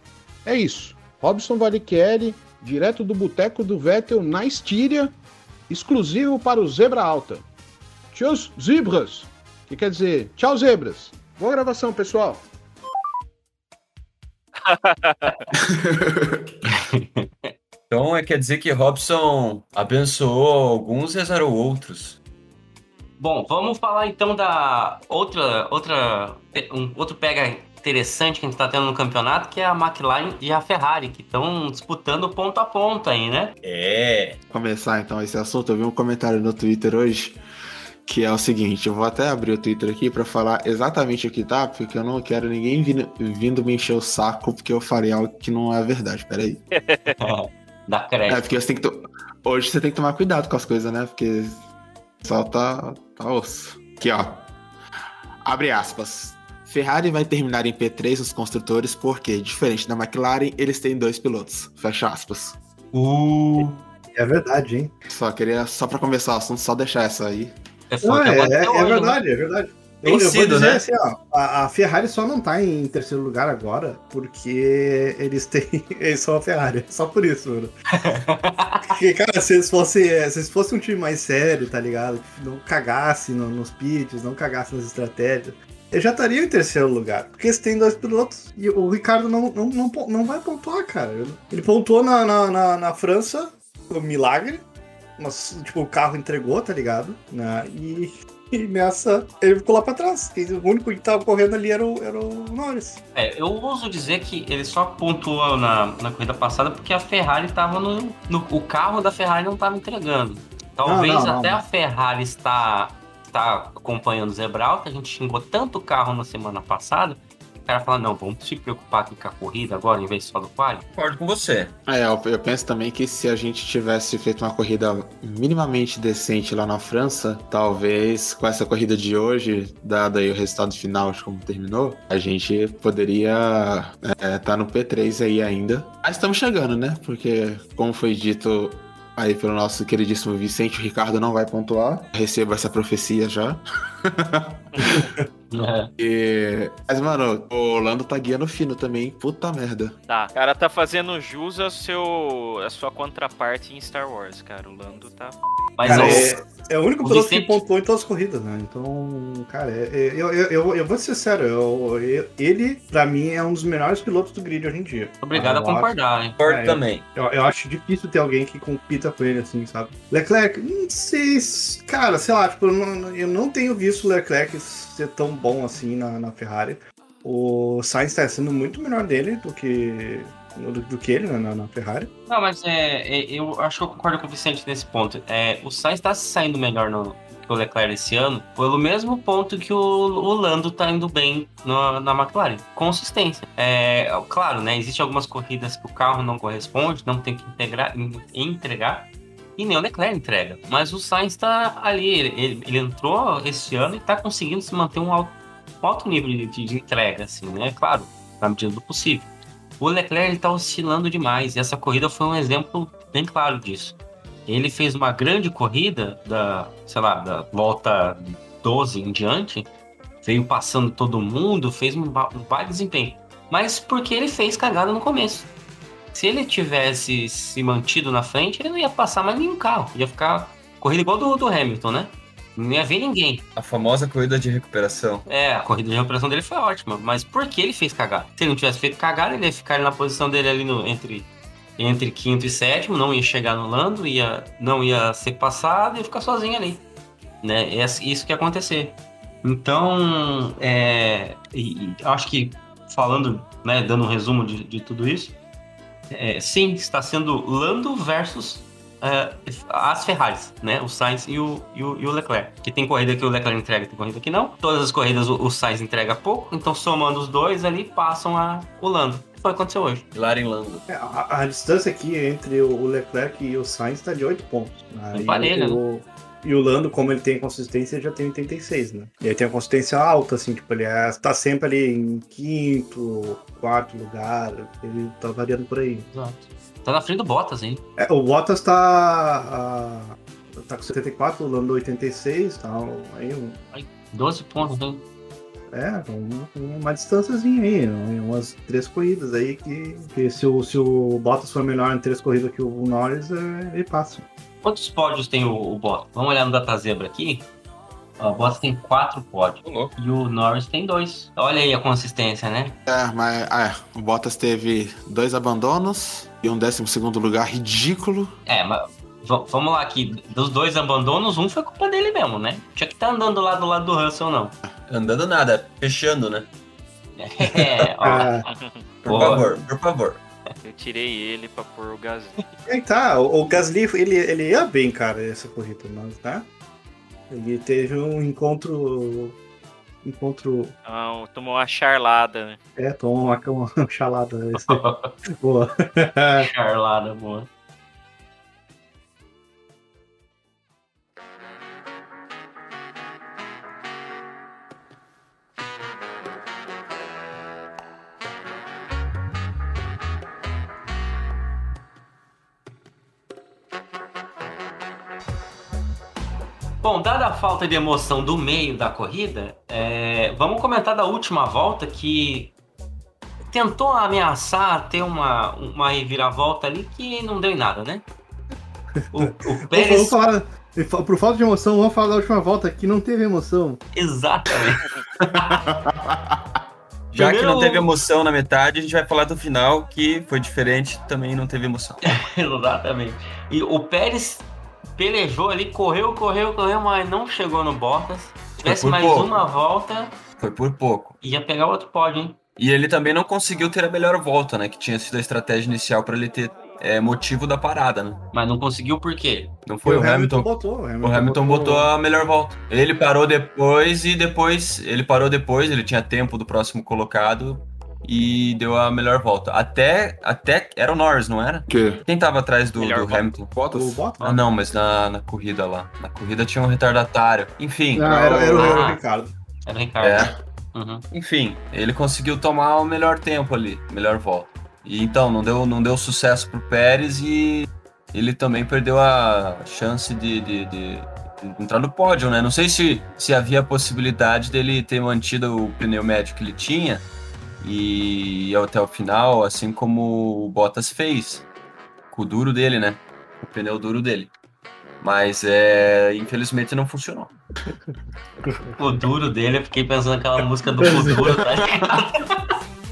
É isso. Robson Valichieri, direto do Boteco do Vettel na Estíria, exclusivo para o Zebra Alta. Tchau, zebras! Que quer dizer, tchau, zebras. Boa gravação, pessoal. Então é, quer dizer que Robson abençoou alguns e azarou outros. Bom, vamos falar então da outra, outra, um outro pega interessante que a gente tá tendo no campeonato, que é a McLaren e a Ferrari, que estão disputando ponto a ponto aí, né? É. Começar então esse assunto, eu vi um comentário no Twitter hoje, que é o seguinte, eu vou até abrir o Twitter aqui pra falar exatamente o que tá, porque eu não quero ninguém vindo, vindo me encher o saco, porque eu falei algo que não é verdade, peraí. Dá crédito. É, porque você tem que to... hoje você tem que tomar cuidado com as coisas, né? Porque só tá, tá osso. Aqui, ó. Abre aspas. Ferrari vai terminar em P três nos construtores porque, diferente da McLaren, eles têm dois pilotos. Fecha aspas. Uh. É verdade, hein? Só queria, só pra começar o assunto, só deixar essa aí. É, é, é, é verdade, é verdade. Eu, eu vou dizer, né? Assim, ó, a, a Ferrari só não tá em terceiro lugar agora porque eles têm. Eles são a Ferrari. Só por isso, mano. Porque, cara, se eles fossem. Se eles fossem um time mais sério, tá ligado? Não cagasse no, nos pits, não cagasse nas estratégias. Eles já estariam em terceiro lugar. Porque eles têm dois pilotos e o Ricardo não, não, não, não vai pontuar, cara. Ele pontuou na, na, na, na França, um milagre. Mas, tipo, o carro entregou, tá ligado? Na, e. E nessa, ele ficou lá pra trás. O único que tava correndo ali era o, era o Norris. É, eu ouso dizer que ele só pontuou na, na corrida passada porque a Ferrari tava no, no... O carro da Ferrari não tava entregando. Talvez não, não, até não. A Ferrari está, está acompanhando o Zebralta. A gente xingou tanto o carro na semana passada cara fala, não, vamos se preocupar aqui com a corrida agora, em vez só do quali. Concordo com você. É, eu, eu penso também que se a gente tivesse feito uma corrida minimamente decente lá na França, talvez com essa corrida de hoje, dado aí o resultado final de como terminou, a gente poderia estar é, tá no P três aí ainda. Mas estamos chegando, né? Porque, como foi dito aí pelo nosso queridíssimo Vicente, o Ricardo não vai pontuar. Recebo essa profecia já. É. E... Mas, mano, o Lando tá guiando fino também. Puta merda. Tá, o cara tá fazendo jus ao seu, a sua contraparte em Star Wars, cara. O Lando tá... Mas Cara, o- é, é o único o piloto Vicente- que pontuou em todas as corridas, né? Então, cara, é- é- eu, eu, eu, eu vou ser sincero, eu, eu- ele, pra mim, é um dos melhores pilotos do grid hoje em dia. Obrigado Eu a concordar, acho- hein? Concordo É, também. Eu, eu acho difícil ter alguém que compita com ele, assim, sabe? Leclerc, não sei, se- cara, sei lá, tipo, eu não, eu não tenho visto o Leclerc ser tão bom assim na, na Ferrari. O Sainz tá sendo muito melhor dele do que, do, do que ele né, na, na Ferrari. Não, mas é, é, eu acho que eu concordo com o Vicente nesse ponto. É, o Sainz tá se saindo melhor no, que o Leclerc esse ano, pelo mesmo ponto que o, o Lando tá indo bem no, na McLaren. Consistência. É, claro, né? Existem algumas corridas que o carro não corresponde, não tem que integrar, en- entregar, e nem o Leclerc entrega. Mas o Sainz tá ali, ele, ele- ele entrou esse ano e tá conseguindo se manter um alto, um alto nível de, de- de entrega, assim, né? Claro, na medida do possível. O Leclerc ele tá oscilando demais, e essa corrida foi um exemplo bem claro disso. Ele fez uma grande corrida da, sei lá, da volta doze em diante, veio passando todo mundo, fez um, ba- um baita desempenho. Mas porque ele fez cagada no começo. Se ele tivesse se mantido na frente, ele não ia passar mais nenhum carro. Ia ficar corrida igual do, do Hamilton, né? Não ia ver ninguém. A famosa corrida de recuperação. É, a corrida de recuperação dele foi ótima, mas por que ele fez cagada? Se ele não tivesse feito cagada, ele ia ficar na posição dele ali no, entre, entre quinto e sétimo, não ia chegar no Lando, ia, não ia ser passado e ia ficar sozinho ali. Né? É isso que ia acontecer. Então, é, e, e acho que falando, né, dando um resumo de, de tudo isso, é, sim, está sendo Lando versus é, as Ferraris, né? O Sainz e o, e, o, e o Leclerc. Que tem corrida que o Leclerc entrega, tem corrida que não. Todas as corridas o, o Sainz entrega pouco, então somando os dois ali, passam a, o Lando. Foi o que aconteceu hoje. Laren Lando. É, a, a distância aqui entre o Leclerc e o Sainz tá de oito pontos. Né? É parelha, e, o, e o Lando, como ele tem consistência, ele já tem oitenta e seis, né? E ele tem uma consistência alta, assim, tipo, ele é, tá sempre ali em quinto, quarto lugar, ele tá variando por aí. Exato. Tá na frente do Bottas, hein? É, o Bottas tá, a, tá com setenta e quatro, o Lando oitenta e seis, tá, aí um, doze pontos, né? É, uma, uma distânciazinha aí, né? Umas três corridas aí que, que se, o, se o Bottas for melhor em três corridas que o Norris, é, ele passa. Quantos pódios tem o, o Bottas? Vamos olhar no DataZebra aqui. Ó, o Bottas tem quatro pódios. E o Norris tem dois. Olha aí a consistência, né? É, mas é, o Bottas teve dois abandonos e um décimo segundo lugar ridículo. É, mas v- vamos lá aqui. Dos dois abandonos, um foi culpa dele mesmo, né? Tinha que estar andando lá do lado do Russell, não. Andando nada, fechando, né? É, ó. Por Pô. favor, por favor. Eu tirei ele pra pôr o Gasly. É, tá, o, o Gasly, ele, ele ia bem, cara, essa corrida, mas, tá? Ele teve um encontro... Encontro... Não, tomou uma charlada, né? É, tomou uma, uma, uma chalada. Esse. Boa. Charlada, boa. Bom, dada a falta de emoção do meio da corrida, é, vamos comentar da última volta que tentou ameaçar ter uma, uma reviravolta ali que não deu em nada, né? O, o Pérez... Vamos falar, por falta de emoção, vamos falar da última volta que não teve emoção. Exatamente. Já Primeiro- que não teve emoção na metade, a gente vai falar do final, que foi diferente, também não teve emoção. Exatamente. E o Pérez pelejou ali, correu, correu, correu, mas não chegou no Bottas. Se tivesse por mais pouco. uma volta, Foi por pouco. ia pegar outro pódio, hein? E ele também não conseguiu ter a melhor volta, né? Que tinha sido a estratégia inicial para ele ter é motivo da parada, né? Mas não conseguiu por quê? Não foi o o Hamilton. Hamilton botou, o Hamilton O Hamilton botou- botou a melhor volta. Ele parou depois e depois. Ele parou depois, ele tinha tempo do próximo colocado e deu a melhor volta. Até. até era o Norris, não era? Que? Quem tava atrás do, Melhor do volta. Hamilton? Bottas? O Bottas? Ah, não, mas na, na corrida lá. Na corrida tinha um retardatário. Enfim. Não, era, era, o- era o Ah. Ricardo. Era o Ricardo. É. Uhum. Enfim, ele conseguiu tomar o melhor tempo ali, melhor volta. E então, não deu, não deu sucesso pro Pérez e ele também perdeu a chance de, de, de- de entrar no pódio, né? Não sei se, se havia a possibilidade dele ter mantido o pneu médio que ele tinha e ir até o final, assim como o Bottas fez, com o duro dele, né? O pneu duro dele. Mas, é, infelizmente, não funcionou. O duro dele, eu fiquei pensando naquela música do futuro, tá ligado?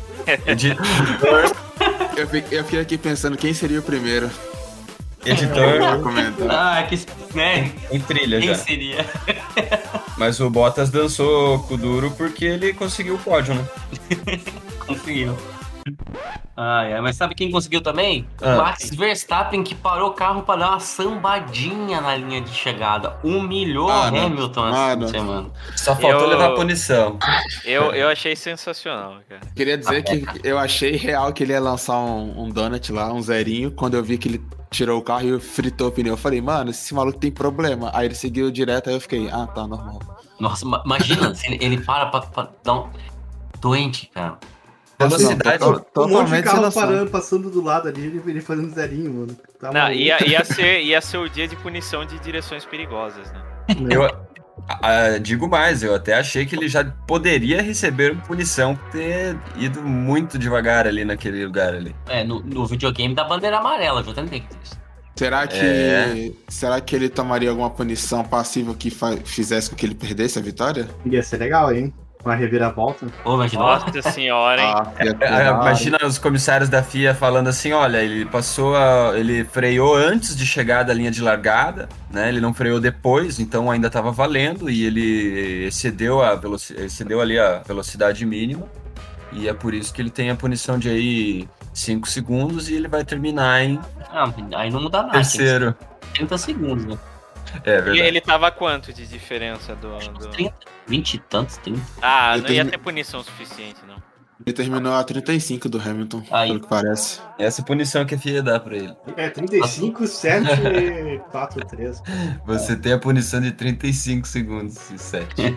Editor, Eu fiquei, eu fiquei aqui pensando quem seria o primeiro. editor, Comentar. Ah, que. Né? em trilha Quem já. seria? Mas o Bottas dançou com o duro porque ele conseguiu o pódio, né? Conseguiu. Ah, é. Mas sabe quem conseguiu também? Ah. Max Verstappen, que parou o carro pra dar uma sambadinha na linha de chegada. Humilhou Mano, Hamilton essa mano. semana. Só faltou Eu- levar a punição. Eu, eu achei sensacional, cara. Queria dizer que eu achei real que ele ia lançar um, um donut lá, um zerinho, quando eu vi que ele tirou o carro e fritou o pneu. Eu falei, mano, esse maluco tem problema. Aí ele seguiu direto, aí eu fiquei, ah, tá, normal. Nossa, ma- imagina se ele, ele para pra, pra dar um. Doente, cara. Velocidade. Não, to- Um monte de totalmente sem carro noção. parando, passando do lado ali, ele, ele fazendo zerinho, mano. Tá Não, maluco. ia, ia, ser, ia ser o dia de punição de direções perigosas, né? Eu ah, digo mais, eu até achei que ele já poderia receber punição por ter ido muito devagar ali naquele lugar ali. É, no, no videogame da bandeira amarela, viu? Também tem que ter isso. Será que, É. será que ele tomaria alguma punição passiva que fa- fizesse com que ele perdesse a vitória? Ia ser legal, hein? Uma reviravolta. Ô, imagina. Nossa senhora, hein? Ah, ia ter Ah, dado. imagina os comissários da F I A falando assim, olha, ele passou a, ele freou antes de chegar da linha de largada, né? Ele não freou depois, então ainda estava valendo e ele excedeu a veloci- excedeu ali a velocidade mínima e é por isso que ele tem a punição de aí cinco segundos e ele vai terminar em Ah, aí não muda nada. tem que ser terceiro. trinta segundos, né? É E verdade. ele tava quanto de diferença do. do... trinta, vinte e tantos, trinta. Ah, Eu não ia tenho- ter punição suficiente, não. Ele terminou a trinta e cinco do Hamilton, Aí. pelo que parece. Essa punição que a F I A dá pra ele. É, trinta e cinco, sete, quatro, três. Você tem a punição de trinta e cinco segundos e sete.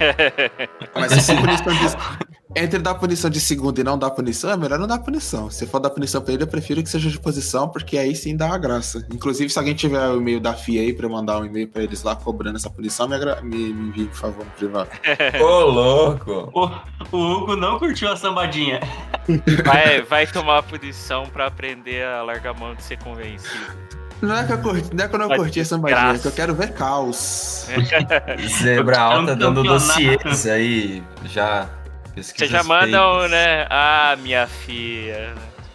Mas se for punição de... Entre dar punição de segunda e não dar punição, é melhor não dar punição. Se for dar punição pra ele, eu prefiro que seja de posição, porque aí sim dá uma graça. Inclusive, se alguém tiver o e-mail da F I A aí pra eu mandar um e-mail pra eles lá cobrando essa punição, me, agra... me, me envie, por favor, no privado. Ô, louco! O, o Hugo não curtiu a sambadinha. Vai, vai tomar punição pra aprender a largar a mão de ser convencido. Não é que eu, curti, não é que eu não Vai curti ter essa magia, é graça. que eu quero ver caos. Zebra alta dando campeonato. dossiês aí, já. Vocês já mandam, né? Ah, minha filha.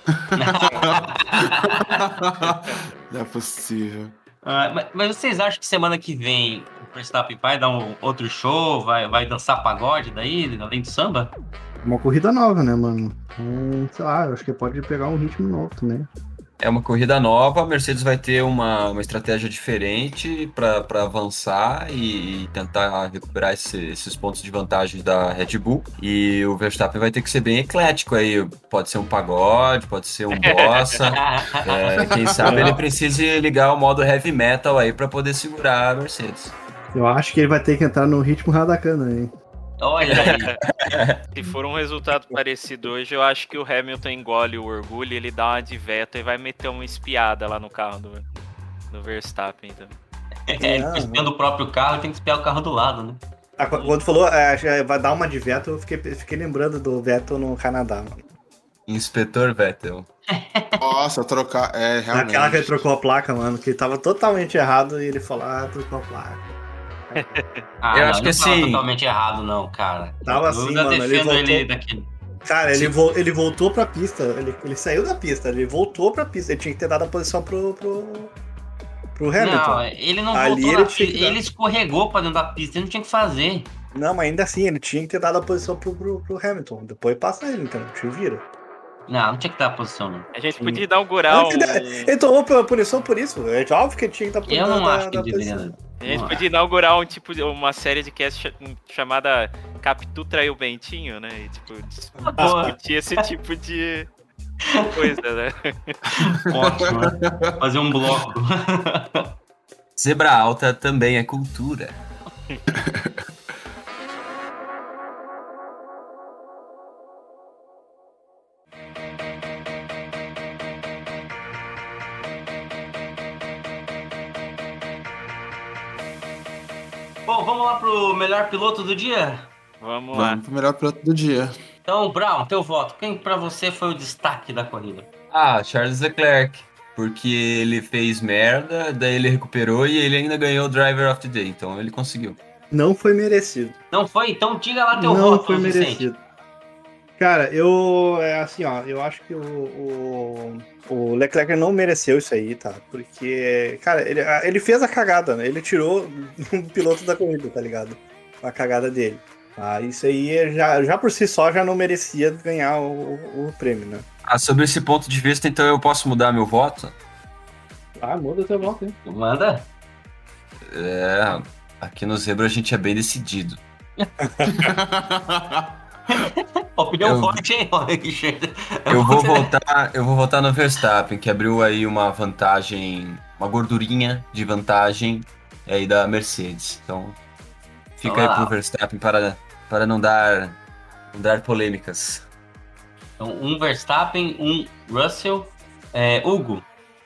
Não é possível. Ah, mas, mas vocês acham que semana que vem o Verstappen vai dar um outro show? Vai, vai dançar pagode daí, além do samba? Uma corrida nova, né, mano? Hum, sei lá, eu acho que pode pegar um ritmo novo também. É uma corrida nova, a Mercedes vai ter uma, uma estratégia diferente para avançar e, e tentar recuperar esse- esses pontos de vantagem da Red Bull. E o Verstappen vai ter que ser bem eclético aí. Pode ser um pagode, pode ser um bossa. É, quem sabe ele precise ligar o modo heavy metal aí para poder segurar a Mercedes. Eu acho que ele vai ter que entrar no ritmo Radakana, hein? Olha aí. Se for um resultado parecido hoje, eu acho que o Hamilton engole o orgulho, ele dá uma de Vettel e vai meter uma espiada lá no carro do, do Verstappen. Então. É, ele espiando o próprio carro, tem que espiar o carro do lado, né? Ah, quando falou, é, acho que vai dar uma de Vettel, eu fiquei, fiquei lembrando do Vettel no Canadá, mano. Inspetor Vettel. Nossa, trocar. É, realmente. Aquela que ele trocou a placa, mano, que tava totalmente errado e ele falou, ah, trocou a placa. Ah, Eu não, acho que não tava assim- totalmente errado, não, cara. Tava Eu assim, ainda mano, ele defendo voltou- ele daquele. Cara, ele, vo- ele voltou pra pista, ele, ele saiu da pista, ele voltou pra pista, ele tinha que ter dado a posição pro, pro, pro Hamilton. Não, ele não Ali voltou ele na tinha que pista, dar. ele escorregou pra dentro da pista, ele não tinha que fazer. Não, mas ainda assim, ele tinha que ter dado a posição pro, pro, pro Hamilton. Depois passa ele, então, te vira. Não, não tinha que dar posição, não. A gente podia inaugurar um... Ele tomou pela punição por isso. É óbvio que ele tinha que dar Eu não da- acho que da ele deveria. posição. A gente Não podia inaugurar um tipo de uma série de cast cha- chamada Capitu Traiu Bentinho, né? E tipo, dis- boa. discutir esse tipo de coisa, né? Ótimo, né? Fazer um bloco. Zebra alta também é cultura. Bom, vamos lá pro melhor piloto do dia? Vamos lá. Vamos pro melhor piloto do dia. Então, Brown, teu voto. Quem pra você foi o destaque da corrida? Ah, Charles Leclerc. Porque ele fez merda, daí ele recuperou e ele ainda ganhou o Driver of the Day. Então ele conseguiu. Não foi merecido. Não foi? Então diga lá teu Não voto, foi Vicente. merecido. Cara, eu. É assim, ó. Eu acho que o, o, o Leclerc não mereceu isso aí, tá? Porque, cara, ele, ele fez a cagada, né? Ele tirou um piloto da corrida, tá ligado? A cagada dele. Ah, isso aí já, já por si só já não merecia ganhar o, o, o prêmio, né? Ah, sobre esse ponto de vista, então eu posso mudar meu voto? Ah, muda teu voto, hein? Manda. É, aqui no Zebra a gente é bem decidido. Opinião Eu- forte, hein? Olha que cheio. Eu vou votar, eu vou votar no Verstappen, que abriu aí uma vantagem, uma gordurinha de vantagem aí da Mercedes. Então, fica Olá. aí pro Verstappen para, para não dar, não dar polêmicas. Então, um Verstappen, um Russell. É, Hugo.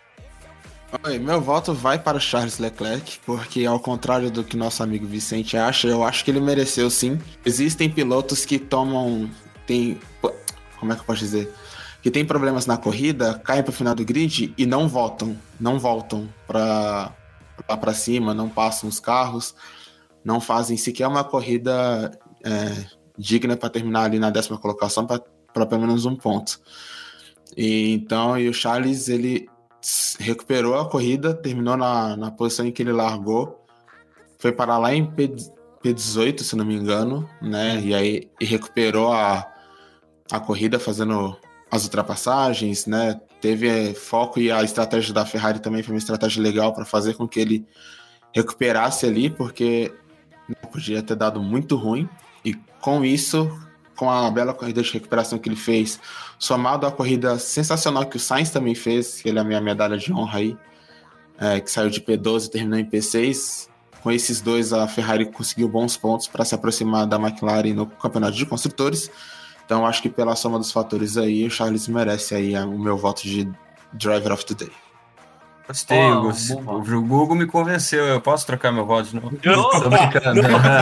Oi, meu voto vai para o Charles Leclerc, porque ao contrário do que nosso amigo Vicente acha, eu acho que ele mereceu sim. Existem pilotos que tomam, tem, como é que eu posso dizer? Que tem problemas na corrida, caem para o final do grid e não voltam, não voltam para lá para cima, não passam os carros, não fazem sequer uma corrida é, digna para terminar ali na décima colocação para pelo menos um ponto. E, então, e o Charles, ele recuperou a corrida, terminou na, na posição em que ele largou, foi parar lá em P dezoito, se não me engano, né? E aí e recuperou a, a corrida fazendo as ultrapassagens, né? Teve é, foco e a estratégia da Ferrari também foi uma estratégia legal para fazer com que ele recuperasse ali, porque podia ter dado muito ruim. E com isso, com a bela corrida de recuperação que ele fez, somado à corrida sensacional que o Sainz também fez, que ele é a minha medalha de honra aí, é, que saiu de P doze e terminou em P seis. Com esses dois, a Ferrari conseguiu bons pontos para se aproximar da McLaren no campeonato de construtores. Então, acho que pela soma dos fatores aí, o Charles merece aí o meu voto de Driver of the Day. Gostei, Oh, Hugo. bom O Google me convenceu. Eu posso trocar meu voto de novo? Não. Tô brincando.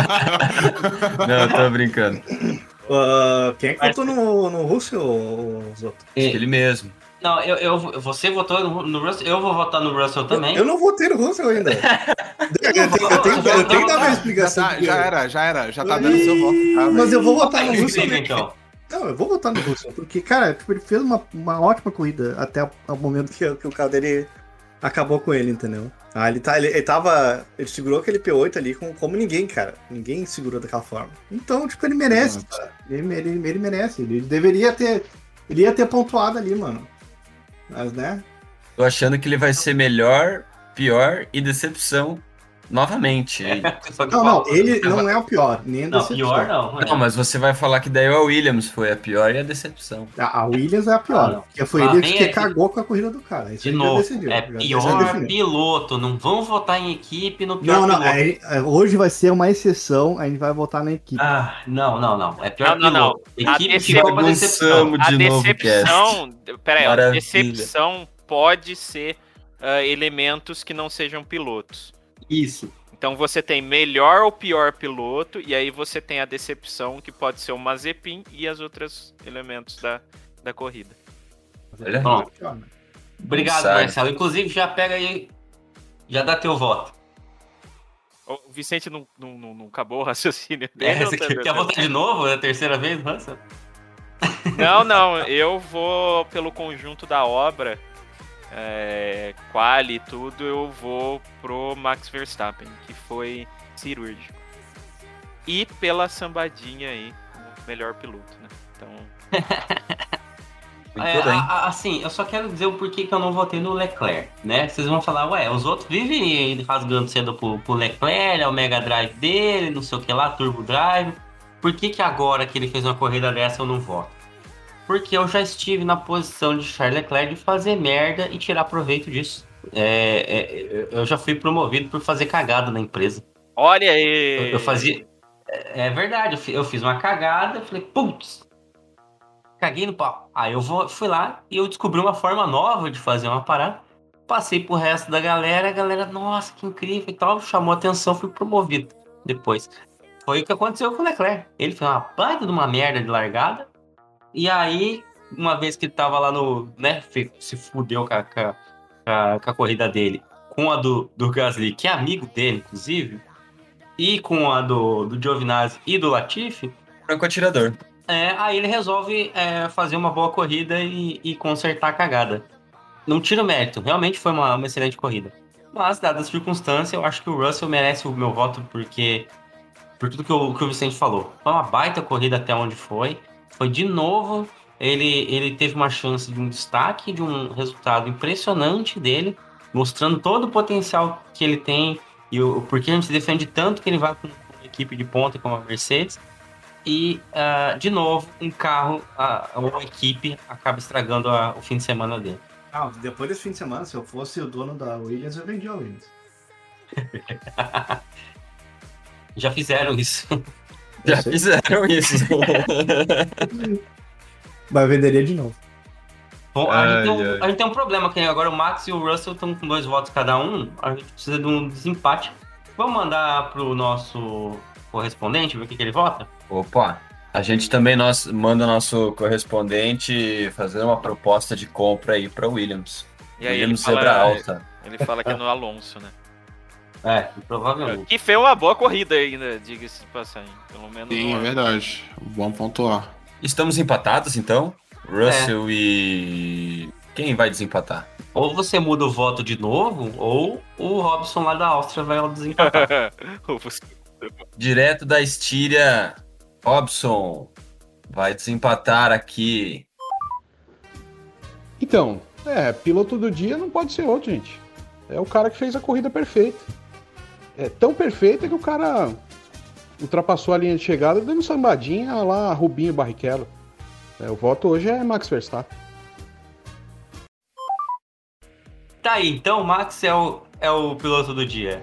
Não, tô brincando. Uh, quem é que votou no, no Russell, Zoto? Ele mesmo. Não, eu, eu, você votou no, no Russell, eu vou votar no Russell também. Eu não votei no Russell ainda. eu, tenho, eu, tenho, eu tenho que dar uma explicação. Já, tá, porque- já era, já era, já tá dando seu voto. Tá, Mas eu vou votar Aí, no Russell. explica, né? então. Não, eu vou votar no Russell, porque, cara, tipo, ele fez uma, uma ótima corrida até o, o momento que, que o carro dele acabou com ele, entendeu? Ah, ele, tá, ele, ele tava. Ele segurou aquele P oito ali como, como ninguém, cara. Ninguém segurou daquela forma. Então, tipo, ele merece, Exato. cara. Ele, ele, ele merece. Ele deveria ter. Ele ia ter pontuado ali, mano. Mas, né? Tô achando que ele vai ser melhor, pior e decepção novamente. Só que Não, não, fala- ele não é o pior, nem a Não, decepção. pior não. Não, mas você vai falar que daí a Williams foi a pior e a decepção. A, a Williams é a pior. Ah, não. porque foi Ah, ele vem que aqui. cagou com a corrida do cara. Isso De aí já novo, decidiu, é já- já pior definiu. piloto. Não vão votar em equipe no pior Não, não, piloto. aí, é, hoje vai ser uma exceção, a gente vai votar na equipe. Ah, não, não, não. É pior Não, não, não. piloto. A Equipe decep- ficou pra decepção. Bagunçamos A de novo, decepção. Pera aí, a Maravilha. decepção pode ser ah, elementos que não sejam pilotos. Isso. Então você tem melhor ou pior piloto, e aí você tem a decepção, que pode ser o Mazepin e os outros elementos da, da corrida. Olha. Bom, obrigado, Sabe. Marcelo. Inclusive, já pega aí. Já dá teu voto. O Vicente não, não, não, não acabou o raciocínio É, dele? ou você tá- quer, quer votar de novo? É a terceira vez, Marcelo? Não, não, eu vou pelo conjunto da obra, é, quali e tudo, eu vou pro Max Verstappen, que foi cirúrgico. E pela sambadinha aí, o melhor piloto, né? Então, É, a- a- assim, eu só quero dizer o porquê que eu não votei no Leclerc, né? Vocês vão falar, ué, os outros vivem rasgando cedo pro, pro Leclerc, é o Mega Drive dele, não sei o que lá, Turbo Drive. Por que que agora que ele fez uma corrida dessa eu não voto? Porque eu já estive na posição de Charles Leclerc de fazer merda e tirar proveito disso. É, é, eu já fui promovido por fazer cagada na empresa. Olha aí. Eu, eu fazia... É, é verdade, eu fi- eu fiz uma cagada, falei, putz, caguei no pau. Aí eu vou, fui lá e eu descobri uma forma nova de fazer uma parada. Passei pro resto da galera, a galera, nossa, que incrível e tal, chamou atenção, fui promovido depois. Foi o que aconteceu com o Leclerc. Ele fez uma baita de uma merda de largada. E aí, uma vez que ele tava lá no, né, fe- se fudeu com a, com a- com a- com a corrida dele, com a do, do Gasly, que é amigo dele, inclusive, e com a do, do Giovinazzi e do Latifi, Franco atirador. é, aí ele resolve é, fazer uma boa corrida e, e consertar a cagada. Não tira o mérito, realmente foi uma, uma excelente corrida. Mas, dadas as circunstâncias, eu acho que o Russell merece o meu voto porque, por tudo que o, que o Vicente falou. Foi uma baita corrida até onde foi. Foi de novo, ele, ele teve uma chance de um destaque, de um resultado impressionante dele, mostrando todo o potencial que ele tem e o porquê a gente defende tanto que ele vai com uma equipe de ponta como a Mercedes. E, ah, de novo, um carro ah, ou uma equipe acaba estragando a- o fim de semana dele. Ah, depois desse fim de semana, se eu fosse o dono da Williams, eu vendia a Williams. Já fizeram isso. Já fizeram isso. Mas eu venderia de novo. Bom, a, gente Ai, tem um, ai. a gente tem um problema, que agora o Max e o Russell estão com dois votos cada um. A gente precisa de um desempate. Vamos mandar pro nosso correspondente ver o que, que ele vota? Opa, a gente também nós, manda nosso correspondente fazer uma proposta de compra aí para Williams. E aí ele Williams fala, Zebra Alta. ele fala que é no Alonso, né? É, provavelmente. Que foi uma boa corrida ainda, diga-se de passagem. Pelo menos Sim, uma- é verdade. Bom pontuar. Estamos empatados, então? Russell e... Quem vai desempatar? Ou você muda o voto de novo, ou o Robson lá da Áustria vai desempatar. Direto da Estíria, Robson vai desempatar aqui. Então, é, piloto do dia não pode ser outro, gente. É o cara que fez a corrida perfeita. É tão perfeita que o cara ultrapassou a linha de chegada dando sambadinha lá, Rubinho Barrichello. É, o voto hoje é Max Verstappen. Tá aí, então o Max é o, é o piloto do dia.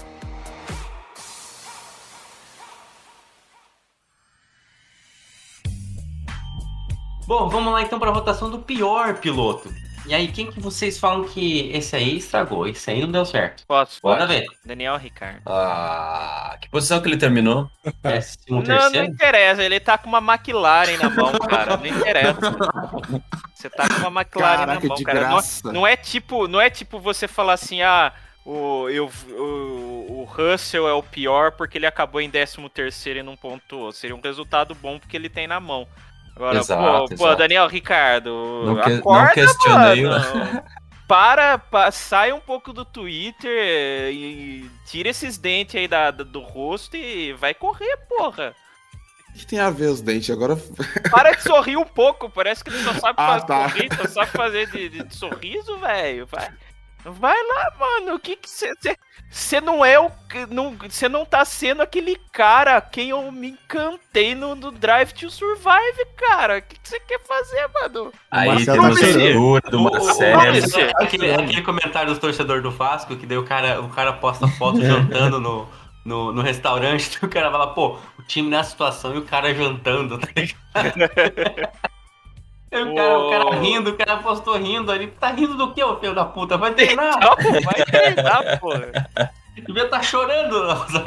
Bom, vamos lá então para a votação do pior piloto. E aí, quem que vocês falam que esse aí estragou? Esse aí não deu certo? Posso? Bora ver. Daniel Ricciardo. Ah, que posição que ele terminou? Décimo Não, não terceiro? interessa, ele tá com uma McLaren na mão, cara. Não interessa. Você tá com uma McLaren Caraca, na mão, de cara. Não, graça. não é tipo, não é tipo você falar assim, ah, o, eu, o, o Russell é o pior porque ele acabou em décimo terceiro e não pontuou. Seria um resultado bom porque ele tem na mão. Agora, Exato, pô, pô, exato. Daniel Ricardo, Não que- não acorda, questionei, mano. Para, pa- sai um pouco do Twitter e tira esses dentes aí da, da- do rosto e vai correr, porra. O que tem a ver os dentes? Agora. Para de sorrir um pouco, parece que tu só sabe Ah, fazer tá. sorrir, só sabe fazer de, de- de sorriso, velho. Vai, vai lá, mano. O que que você. Você não é o. Você não, não tá sendo aquele cara a quem eu me encantei no, no Drive to Survive, cara. O que você quer fazer, mano? Aí Marcelo temos a Marcelo. figura do O- o- Marcelo. Marcelo. Aquele, aquele comentário do torcedor do Vasco, que daí o cara, o cara posta foto jantando no, no, no restaurante, e o cara fala, pô, o time nessa situação e o cara jantando, tá ligado? E o, cara, o cara rindo, o cara postou rindo ali. Tá rindo do que, ô filho da puta? Vai treinar? Não, vai treinar, porra. Devia estar chorando.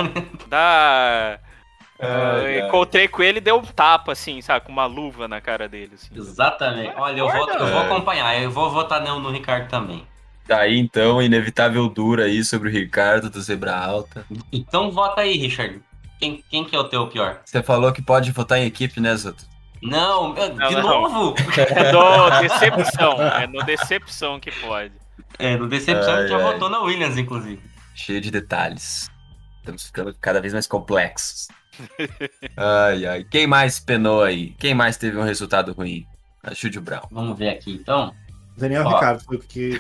Dá. Ai, eu ai. encontrei com ele e deu um tapa, assim, sabe? Com uma luva na cara dele, assim. Exatamente. Olha, eu vou, eu vou acompanhar. Eu vou votar no, no Ricardo também. Daí então, inevitável dura aí sobre o Ricardo do Zebra Alta. Então vota aí, Richard. Quem, quem que é o teu pior? Você falou que pode votar em equipe, né, Zoto? Não, de Não, não. novo? É no Decepção. É no Decepção que pode. É, no Decepção a gente já Ai, ai. votou na Williams, inclusive. Cheio de detalhes. Estamos ficando cada vez mais complexos. Ai, ai. Quem mais penou aí? Quem mais teve um resultado ruim? a Jude Brown. Vamos ver aqui, então. Daniel Ó. Ricciardo foi o que...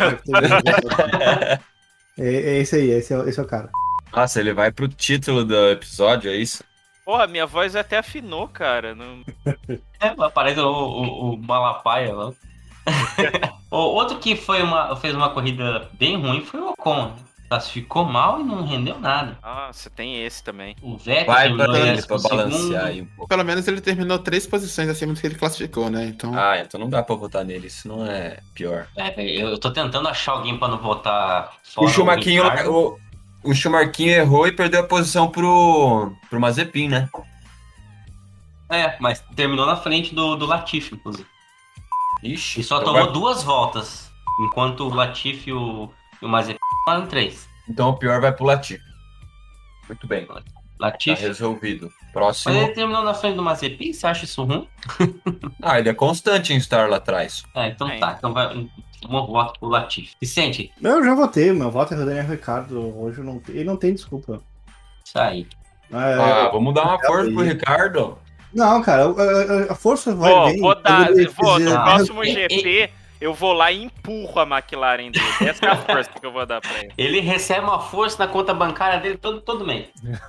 é, é esse aí, esse é, esse é o cara. Nossa, ele vai pro título do episódio, é isso? Porra, minha voz até afinou, cara. Não... É, aparece o, o, o Malapaia lá. O outro que foi uma, fez uma corrida bem ruim foi o Ocon. Classificou mal e não rendeu nada. Ah, você tem esse também. O Vettel Vai terminou pra em ele, décimo pra balancear segundo. aí um pouco. Pelo menos ele terminou três posições acima do que ele classificou, né? Então... Ah, então não dá pra votar nele, isso não é pior. É, eu tô tentando achar alguém pra não votar O fora Schumaquinho, Ricardo. o, o Schumaquinho errou e perdeu a posição pro, pro Mazepin, né? É, mas terminou na frente do, do Latifi, inclusive. Ixi, E só então tomou vai- duas voltas, enquanto o Latifi e o, e o Mazepin tomaram três. Então o pior vai pro Latifi. Muito bem. Latifi. Tá resolvido. Mas Próximo. ele terminou na frente do Mazepin, você acha isso ruim? Ah, ele é constante em estar lá atrás. Ah, então tá, então vai um, um voto pro Latifi. Vicente, Eu já votei, meu voto é o Daniel Ricciardo. Hoje eu não, ele não tem desculpa. isso aí. Ah, vamos dar uma força pro Ricardo. Não, cara, a, a- a força vai Vou, vir vou quando dar, ele vou, fizer- no próximo e- G P, eu vou lá e empurro a McLaren dele. Essa é a força que eu vou dar pra ele. Ele recebe uma força na conta bancária dele todo, todo mês.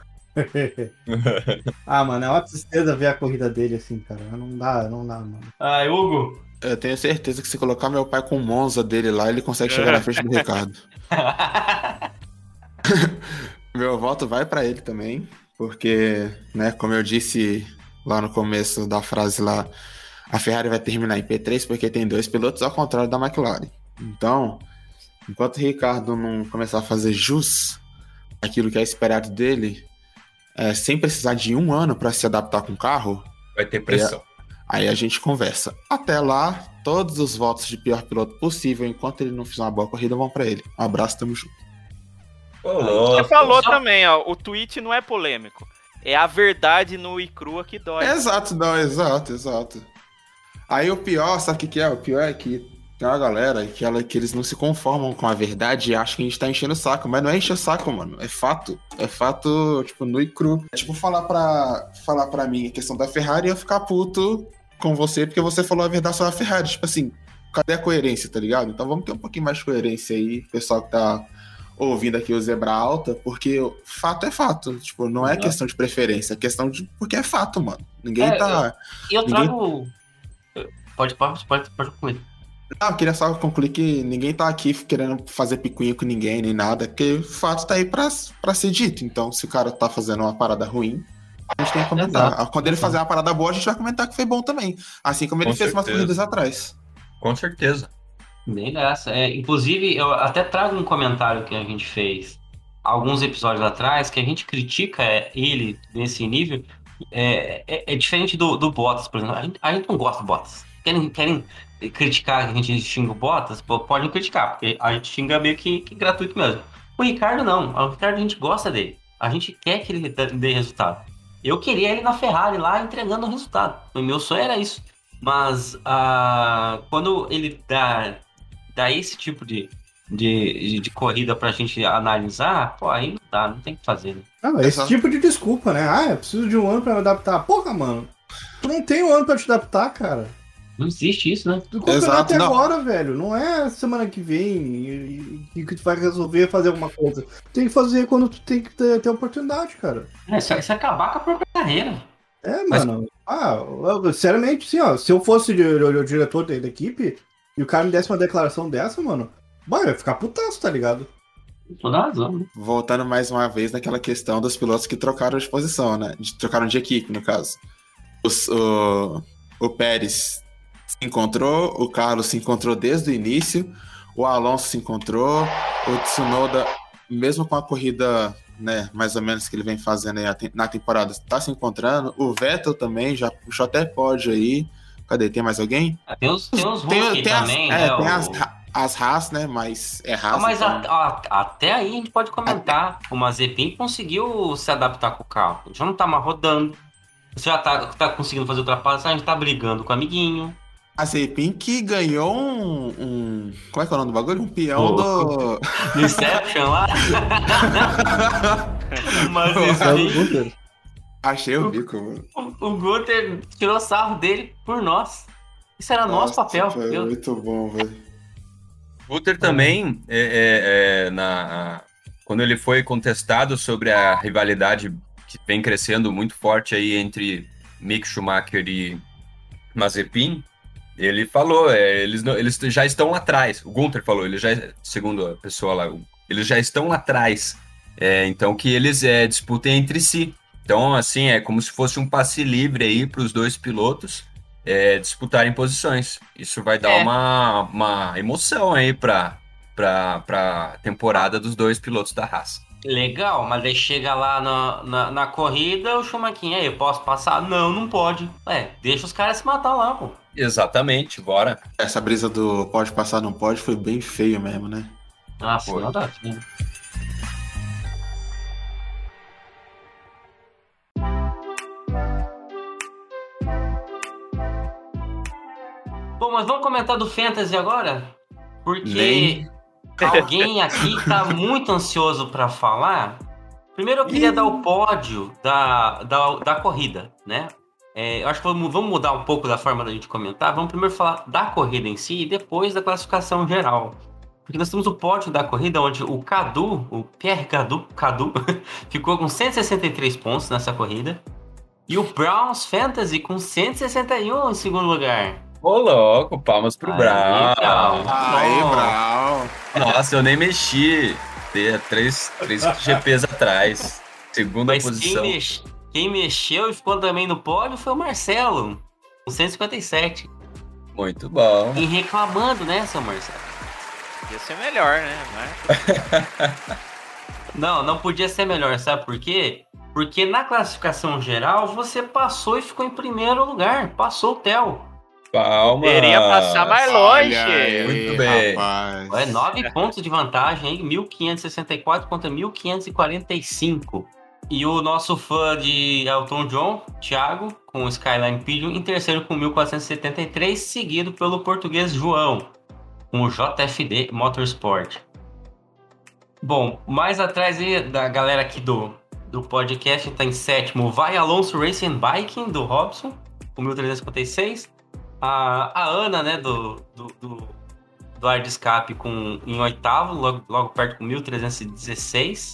Ah, mano, é uma tristeza ver a corrida dele assim, cara. Não dá, não dá, mano. Ah, Hugo. Eu tenho certeza que se colocar meu pai com o Monza dele lá, ele consegue chegar na frente do Ricardo. Meu voto vai pra ele também, porque, né, como eu disse lá no começo da frase lá, a Ferrari vai terminar em P três porque tem dois pilotos ao contrário da McLaren. Então, enquanto o Ricardo não começar a fazer jus aquilo que é esperado dele, é, sem precisar de um ano para se adaptar com o carro, vai ter pressão. Aí a gente conversa. Até lá, todos os votos de pior piloto possível, enquanto ele não fizer uma boa corrida, vão pra ele. Um abraço, tamo junto. Você falou também, ó, o tweet não é polêmico. É a verdade nua e crua que dói. Exato, não, exato, exato. Aí o pior, sabe o que, que é? O pior é que tem uma galera que, ela, que eles não se conformam com a verdade e acham que a gente tá enchendo o saco. Mas não é encher o saco, mano. É fato. É fato, tipo, nu e cru. É tipo falar pra, falar pra mim a questão da Ferrari e eu ficar puto com você porque você falou a verdade sobre a Ferrari. Tipo assim, cadê a coerência, tá ligado? Então vamos ter um pouquinho mais de coerência aí, pessoal que tá ouvindo aqui o Zebra Alta, porque fato é fato. Tipo, não é questão de preferência, é questão de... Porque é fato, mano. Ninguém É, tá... E eu, eu ninguém... trago. Pode, pode, pode, pode concluir. Não, eu queria só concluir que ninguém tá aqui querendo fazer picuinha com ninguém, nem nada, porque o fato tá aí pra, pra ser dito. Então, se o cara tá fazendo uma parada ruim, a gente tem que comentar. Exato. Quando ele fazer uma parada boa, a gente vai comentar que foi bom também. Assim como ele Com fez umas certeza. corridas atrás. Com certeza. Bem graça. É, inclusive, eu até trago um comentário que a gente fez alguns episódios atrás, que a gente critica ele nesse nível. É, é, é diferente do, do Bottas, por exemplo. A gente, a gente não gosta do Bottas. Querem, querem criticar que a gente xinga o Bottas? Pô, podem criticar, porque a gente xinga meio que, que gratuito mesmo. O Ricardo não. O Ricardo a gente gosta dele. A gente quer que ele dê resultado. Eu queria ele na Ferrari lá entregando o resultado. O meu sonho era isso. Mas ah, quando ele dá, dá esse tipo de, de, de corrida pra gente analisar, pô, aí não dá, não tem o que fazer. Né? Ah, esse Exato. tipo de desculpa, né? Ah, eu preciso de um ano pra me adaptar. Porra, mano. Tu não tem um ano pra te adaptar, cara. Não existe isso, né? Do campeonato Exato, é não. agora, velho. Não é semana que vem e- e- que tu vai resolver fazer alguma coisa. Tem que fazer quando tu tem que ter, ter oportunidade, cara. É, isso, isso é acabar com a própria carreira. É, Mas- mano. Ah, eu- sinceramente, sim, ó. Se eu fosse o, o- o diretor da, da equipe e o cara me desse uma declaração dessa, mano, bah, eu ia ficar putaço, tá ligado? Toda razão, né? Voltando mais uma vez naquela questão dos pilotos que trocaram de posição, né? De, trocaram de equipe, no caso. Os- o, o Pérez se encontrou, o Carlos se encontrou desde o início, o Alonso se encontrou, o Tsunoda, mesmo com a corrida, né, mais ou menos que ele vem fazendo aí a te- na temporada, tá se encontrando. O Vettel também já puxou até pódio aí. Cadê? Tem mais alguém? Tem os, tem os Hulk tem as, também, é, né? tem o- as, as Haas, né? Mas é Haas. Ah, mas então- a- a- até aí a gente pode comentar. O Mazepin conseguiu se adaptar com o carro. Já não tá mais rodando. Você já tá, tá conseguindo fazer ultrapassagem, tá brigando com o amiguinho. A Mazepin que ganhou um, um- Como é que é o nome do bagulho? Um peão Oh. do. No Inception lá. Mas É o esse Gunter. Achei o bico, mano. o, o Gunter tirou sarro dele por nós. Isso era nosso papel. Foi meu. muito bom, velho. Guter também, é, é, é, na, quando ele foi contestado sobre a rivalidade que vem crescendo muito forte aí entre Mick Schumacher e Mazepin, ele falou, é, eles, não, eles já estão atrás. O Gunther falou, ele já, segundo a pessoa lá, eles já estão atrás. É, então que eles é, disputem entre si. Então, assim, é como se fosse um passe livre aí para os dois pilotos é, disputarem posições. Isso vai dar É. uma, uma emoção aí para a temporada dos dois pilotos da Haas. Legal, mas aí chega lá na, na, na corrida, o Schumacher, aí, eu posso passar? Não, não pode. É, deixa os caras se matar lá, pô. Exatamente, bora. Essa brisa do pode passar, não pode foi bem feio mesmo, né? Nossa, Foi. nada a ver. Bom, mas vamos comentar do Fantasy agora? Porque Nem. alguém aqui tá muito ansioso pra falar. Primeiro eu queria dar o pódio da, da, da corrida, né? É, eu acho que vamos, vamos mudar um pouco da forma da gente comentar. Vamos primeiro falar da corrida em si e depois da classificação geral. Porque nós temos o pódio da corrida, onde o Cadu, o Pierre Cadu, Cadu ficou com cento e sessenta e três pontos nessa corrida. E o Browns Fantasy com cento e sessenta e um em segundo lugar. Ô, louco, palmas pro Aí, Brown. Brown. Aí, Bom. Brown. Nossa, eu nem mexi. Tem três, três G Ps atrás. Segunda Mas posição. quem, mex... quem mexeu e ficou também no pódio foi o Marcelo, com cento e cinquenta e sete. Muito bom. E reclamando, né, seu Marcelo? Ia ser melhor, né? Mas... Não, não podia ser melhor, sabe por quê? Porque na classificação geral você passou e ficou em primeiro lugar. Passou o Theo. Palmas. Poderia passar mais longe. Olha aí, Muito bem. rapaz. É nove pontos de vantagem, hein? mil quinhentos e sessenta e quatro contra mil quinhentos e quarenta e cinco. E o nosso fã de Elton John, Thiago, com o Skyline Pigeon, em terceiro com mil quatrocentos e setenta e três, seguido pelo português João, com o J F D Motorsport. Bom, mais atrás aí da galera aqui do, do podcast, tá em sétimo, Vai Alonso Racing Biking, do Robson, com mil trezentos e cinquenta e seis. A, a Ana, né, do, do, do, do Ar de Escape, com, em oitavo, logo, logo perto com mil trezentos e dezesseis.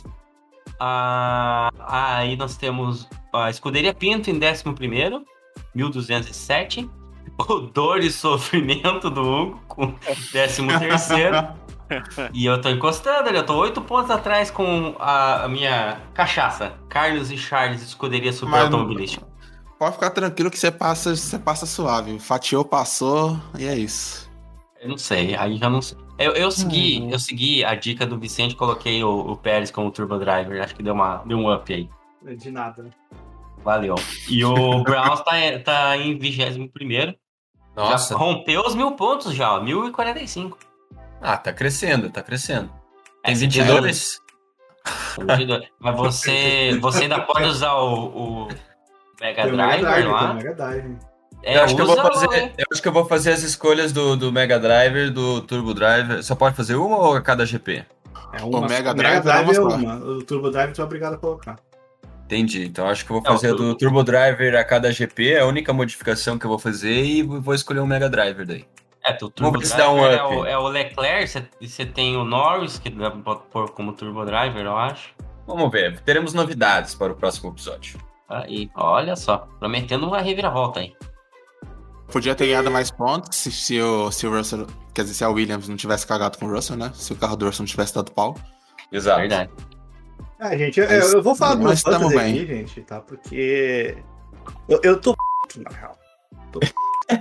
Ah, aí nós temos a Escuderia Pinto em décimo primeiro, mil duzentos e sete. O Dor e Sofrimento do Hugo com décimo terceiro. E eu tô encostando, eu tô oito pontos atrás com a, a minha cachaça. Carlos e Charles, Escuderia Super Mas- Automobilística. Pode ficar tranquilo que você passa, você passa suave. Fatiou, passou e é isso. Eu não sei, aí já não sei. Eu, eu, segui, Hum. eu segui a dica do Vicente, coloquei o, o Pérez como Turbo Driver. Acho que deu, uma, deu um up aí. De nada. Valeu. E o Browns tá, tá em vigésimo primeiro. Nossa. Já rompeu os mil pontos já, ó, mil e quarenta e cinco. Ah, tá crescendo, tá crescendo. Tem É, vinte e dois? vinte e dois. Mas você, você ainda pode usar o, o Mega Tem o Driver Mega Drive, lá. tem o Mega Drive. É, eu, acho que eu, vou usa, fazer, hein? eu acho que eu vou fazer as escolhas do, do Mega Driver, do Turbo Driver. Só pode fazer uma ou a cada G P? É O Mega o Drive Mega Drive é é uma só. uma. O Turbo Drive tu é obrigado a colocar. Entendi. Então acho que eu vou É, o fazer a Turbo- do Turbo Driver a cada G P. É a única modificação que eu vou fazer e vou escolher o Mega Driver daí. É, o Turbo Vamos ver se Driver dá um é, up. o, é o Leclerc, você- e você tem o Norris, que dá pra pôr como Turbo Driver, eu acho. Vamos ver. Teremos novidades para o próximo episódio. Aí, olha só, prometendo uma reviravolta aí. Podia ter ganhado mais pontos se, se, o, se o Russell, quer dizer, se a Williams não tivesse cagado com o Russell, né? Se o carro do Russell não tivesse dado pau. Exato. Verdade. Ah, gente, eu, eu- eu vou falar do meu Mas tamo fantasy bem. aqui, gente, tá? Porque eu, eu tô f***, na real. Tô f***.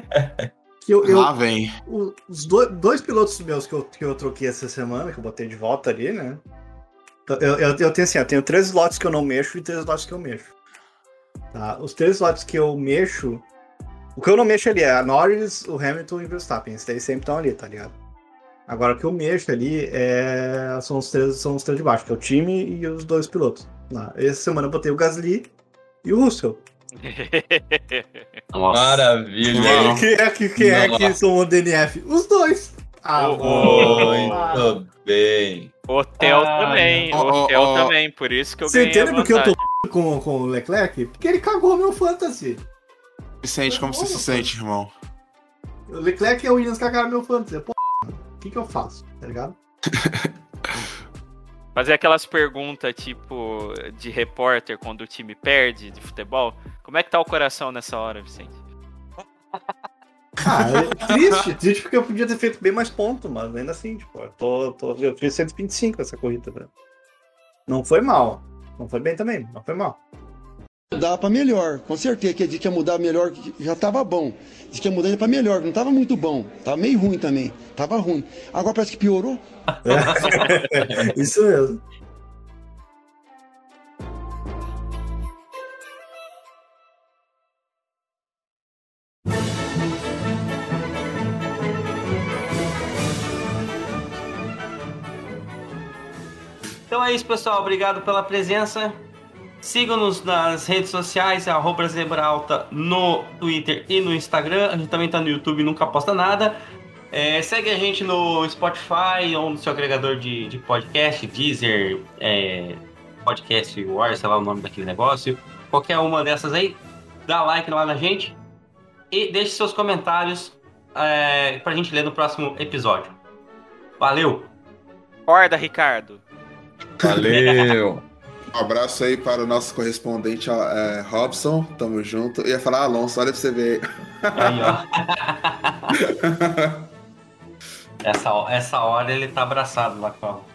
que eu, eu, Lá vem. o- os dois, dois pilotos meus que eu, que eu troquei essa semana, que eu botei de volta ali, né? Então, Eu, eu, eu tenho assim, eu tenho três slots que eu não mexo e três slots que eu mexo. Tá? Os três slots que eu mexo. O que eu não mexo ali é a Norris, o Hamilton e o Verstappen. Esses daí sempre estão ali, tá ligado? Agora o que eu mexo ali é... são, os três, são os três de baixo, que é o time e os dois pilotos. Tá? Essa semana eu botei o Gasly e o Russell. Nossa. Maravilha. Quem é que, quem é que Nossa. são o D N F? Os dois! Ah, Muito bem. Hotel Ah, também, ó, ó, hotel ó. também, por isso que eu Você ganhei a entende porque eu tô vantagem. f- com, com o Leclerc? Porque ele cagou meu fantasy. Vicente, como você se sente, irmão? O Leclerc e a Williams cagaram meu fantasy. Pô, o que que eu faço? Tá ligado? Fazer aquelas perguntas, tipo, de repórter quando o time perde de futebol. Como é que tá o coração nessa hora, Vicente? Ah, é triste, triste porque eu podia ter feito bem mais pontos, mas ainda assim, tipo, eu, tô, tô, eu fiz cento e vinte e cinco nessa corrida, né? Não foi mal. Não foi bem também, não foi mal. Dá pra melhor, com certeza, que de que ia mudar melhor, já tava bom. Diz que ia mudar ele pra melhor, não tava muito bom. Tava meio ruim também, tava ruim. Agora parece que piorou. É, isso mesmo. Então é isso, pessoal. Obrigado pela presença. Sigam-nos nas redes sociais, arroba Zebralta no Twitter e no Instagram. A gente também tá no YouTube, nunca posta nada. É, segue a gente no Spotify ou no seu agregador de, de podcast, Deezer, é, Podcast War, sei lá o nome daquele negócio. Qualquer uma dessas aí, dá like lá na gente e deixe seus comentários é, pra gente ler no próximo episódio. Valeu! Acorda, Ricardo! Valeu! Um abraço aí para o nosso correspondente é, Robson, tamo junto. Eu ia falar Alonso, olha pra você ver aí. Aí, ó. essa, essa hora ele tá abraçado lá com a